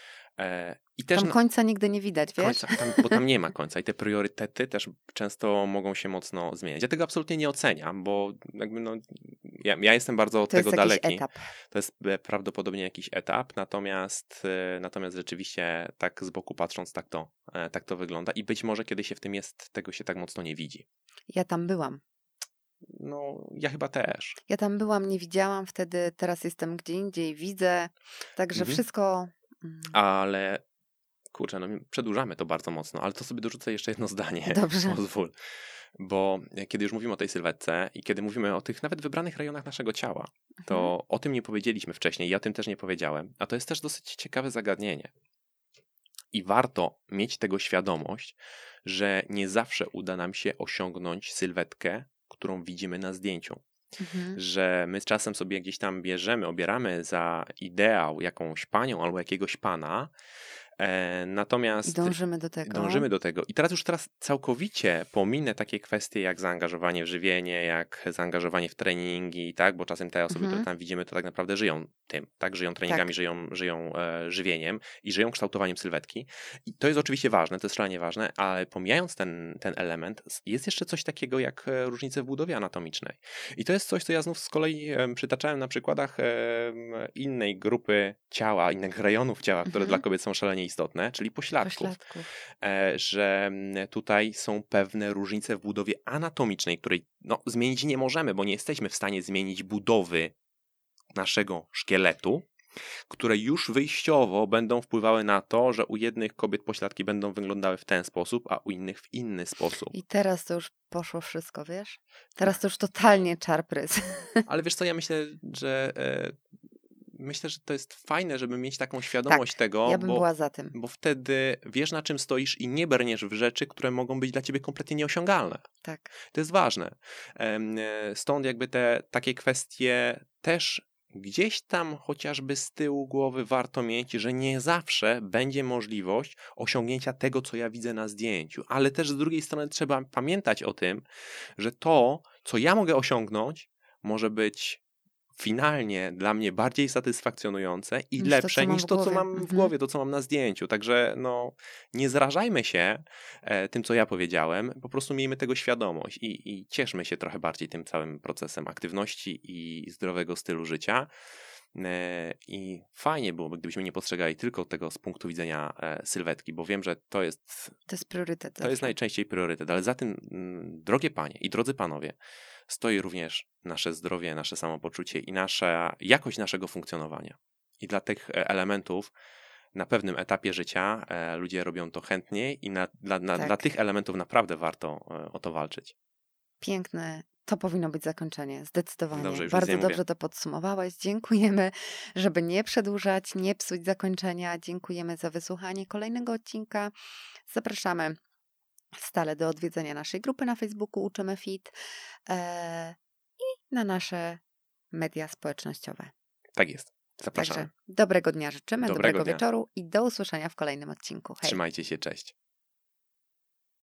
E, i też tam końca nigdy nie widać, wiesz? Końca, tam, bo tam nie ma końca i te priorytety też często mogą się mocno zmieniać. Ja tego absolutnie nie oceniam, bo jakby no, ja, ja jestem bardzo od to tego jest daleki. Etap. To jest prawdopodobnie jakiś etap, natomiast, natomiast rzeczywiście tak z boku patrząc tak to, tak to wygląda i być może kiedy się w tym jest, tego się tak mocno nie widzi. Ja tam byłam. No, ja chyba też. Ja tam byłam, nie widziałam wtedy, teraz jestem gdzie indziej, widzę, także mhm. wszystko... Ale kurczę, no przedłużamy to bardzo mocno, ale to sobie dorzucę jeszcze jedno zdanie. Dobrze. Pozwól. Bo kiedy już mówimy o tej sylwetce i kiedy mówimy o tych nawet wybranych rejonach naszego ciała, to mhm. o tym nie powiedzieliśmy wcześniej, ja o tym też nie powiedziałem, a to jest też dosyć ciekawe zagadnienie. I warto mieć tego świadomość, że nie zawsze uda nam się osiągnąć sylwetkę, którą widzimy na zdjęciu. Mhm. Że my czasem sobie gdzieś tam bierzemy, obieramy za ideał jakąś panią albo jakiegoś pana, E, natomiast I dążymy do tego. Dążymy do tego. I teraz już teraz całkowicie pominę takie kwestie jak zaangażowanie w żywienie, jak zaangażowanie w treningi, tak? Bo czasem te osoby, mhm. które tam widzimy, to tak naprawdę żyją tym, tak? Żyją treningami, tak. żyją, żyją e, żywieniem i żyją kształtowaniem sylwetki. I to jest oczywiście ważne, to jest szalenie ważne, ale pomijając ten, ten element, jest jeszcze coś takiego jak różnice w budowie anatomicznej. I to jest coś, co ja znów z kolei e, przytaczałem na przykładach e, innej grupy ciała, innych rejonów ciała, które mhm. dla kobiet są szalenie istotne, czyli pośladków, pośladków. E, że tutaj są pewne różnice w budowie anatomicznej, której no, zmienić nie możemy, bo nie jesteśmy w stanie zmienić budowy naszego szkieletu, które już wyjściowo będą wpływały na to, że u jednych kobiet pośladki będą wyglądały w ten sposób, a u innych w inny sposób. I teraz to już poszło wszystko, wiesz? Teraz to już totalnie czarprys. Ale wiesz co, ja myślę, że e, Myślę, że to jest fajne, żeby mieć taką świadomość tak, tego, ja bym bo, była za tym. bo wtedy wiesz, na czym stoisz i nie brniesz w rzeczy, które mogą być dla ciebie kompletnie nieosiągalne. Tak. To jest ważne. Stąd jakby te takie kwestie też gdzieś tam chociażby z tyłu głowy warto mieć, że nie zawsze będzie możliwość osiągnięcia tego, co ja widzę na zdjęciu. Ale też z drugiej strony trzeba pamiętać o tym, że to, co ja mogę osiągnąć, może być finalnie dla mnie bardziej satysfakcjonujące i niż lepsze to, niż to, co mam mhm. w głowie, to, co mam na zdjęciu. Także no, nie zrażajmy się e, tym, co ja powiedziałem, po prostu miejmy tego świadomość i, i cieszmy się trochę bardziej tym całym procesem aktywności i zdrowego stylu życia. E, I fajnie byłoby, gdybyśmy nie postrzegali tylko tego z punktu widzenia e, sylwetki, bo wiem, że to jest... To jest priorytet. To jest najczęściej priorytet, ale za tym, m, drogie panie i drodzy panowie, stoi również nasze zdrowie, nasze samopoczucie i nasza jakość naszego funkcjonowania. I dla tych elementów na pewnym etapie życia e, ludzie robią to chętniej i na, dla, na, tak. dla tych elementów naprawdę warto e, o to walczyć. Piękne. To powinno być zakończenie, zdecydowanie. Dobrze, Bardzo dobrze to podsumowałeś. Dziękujemy, żeby nie przedłużać, nie psuć zakończenia. Dziękujemy za wysłuchanie kolejnego odcinka. Zapraszamy stale do odwiedzenia naszej grupy na Facebooku Uczymy Fit e, i na nasze media społecznościowe. Tak jest. Zapraszamy. Także dobrego dnia życzymy, dobrego, dobrego dnia. wieczoru i do usłyszenia w kolejnym odcinku. Hej. Trzymajcie się, cześć.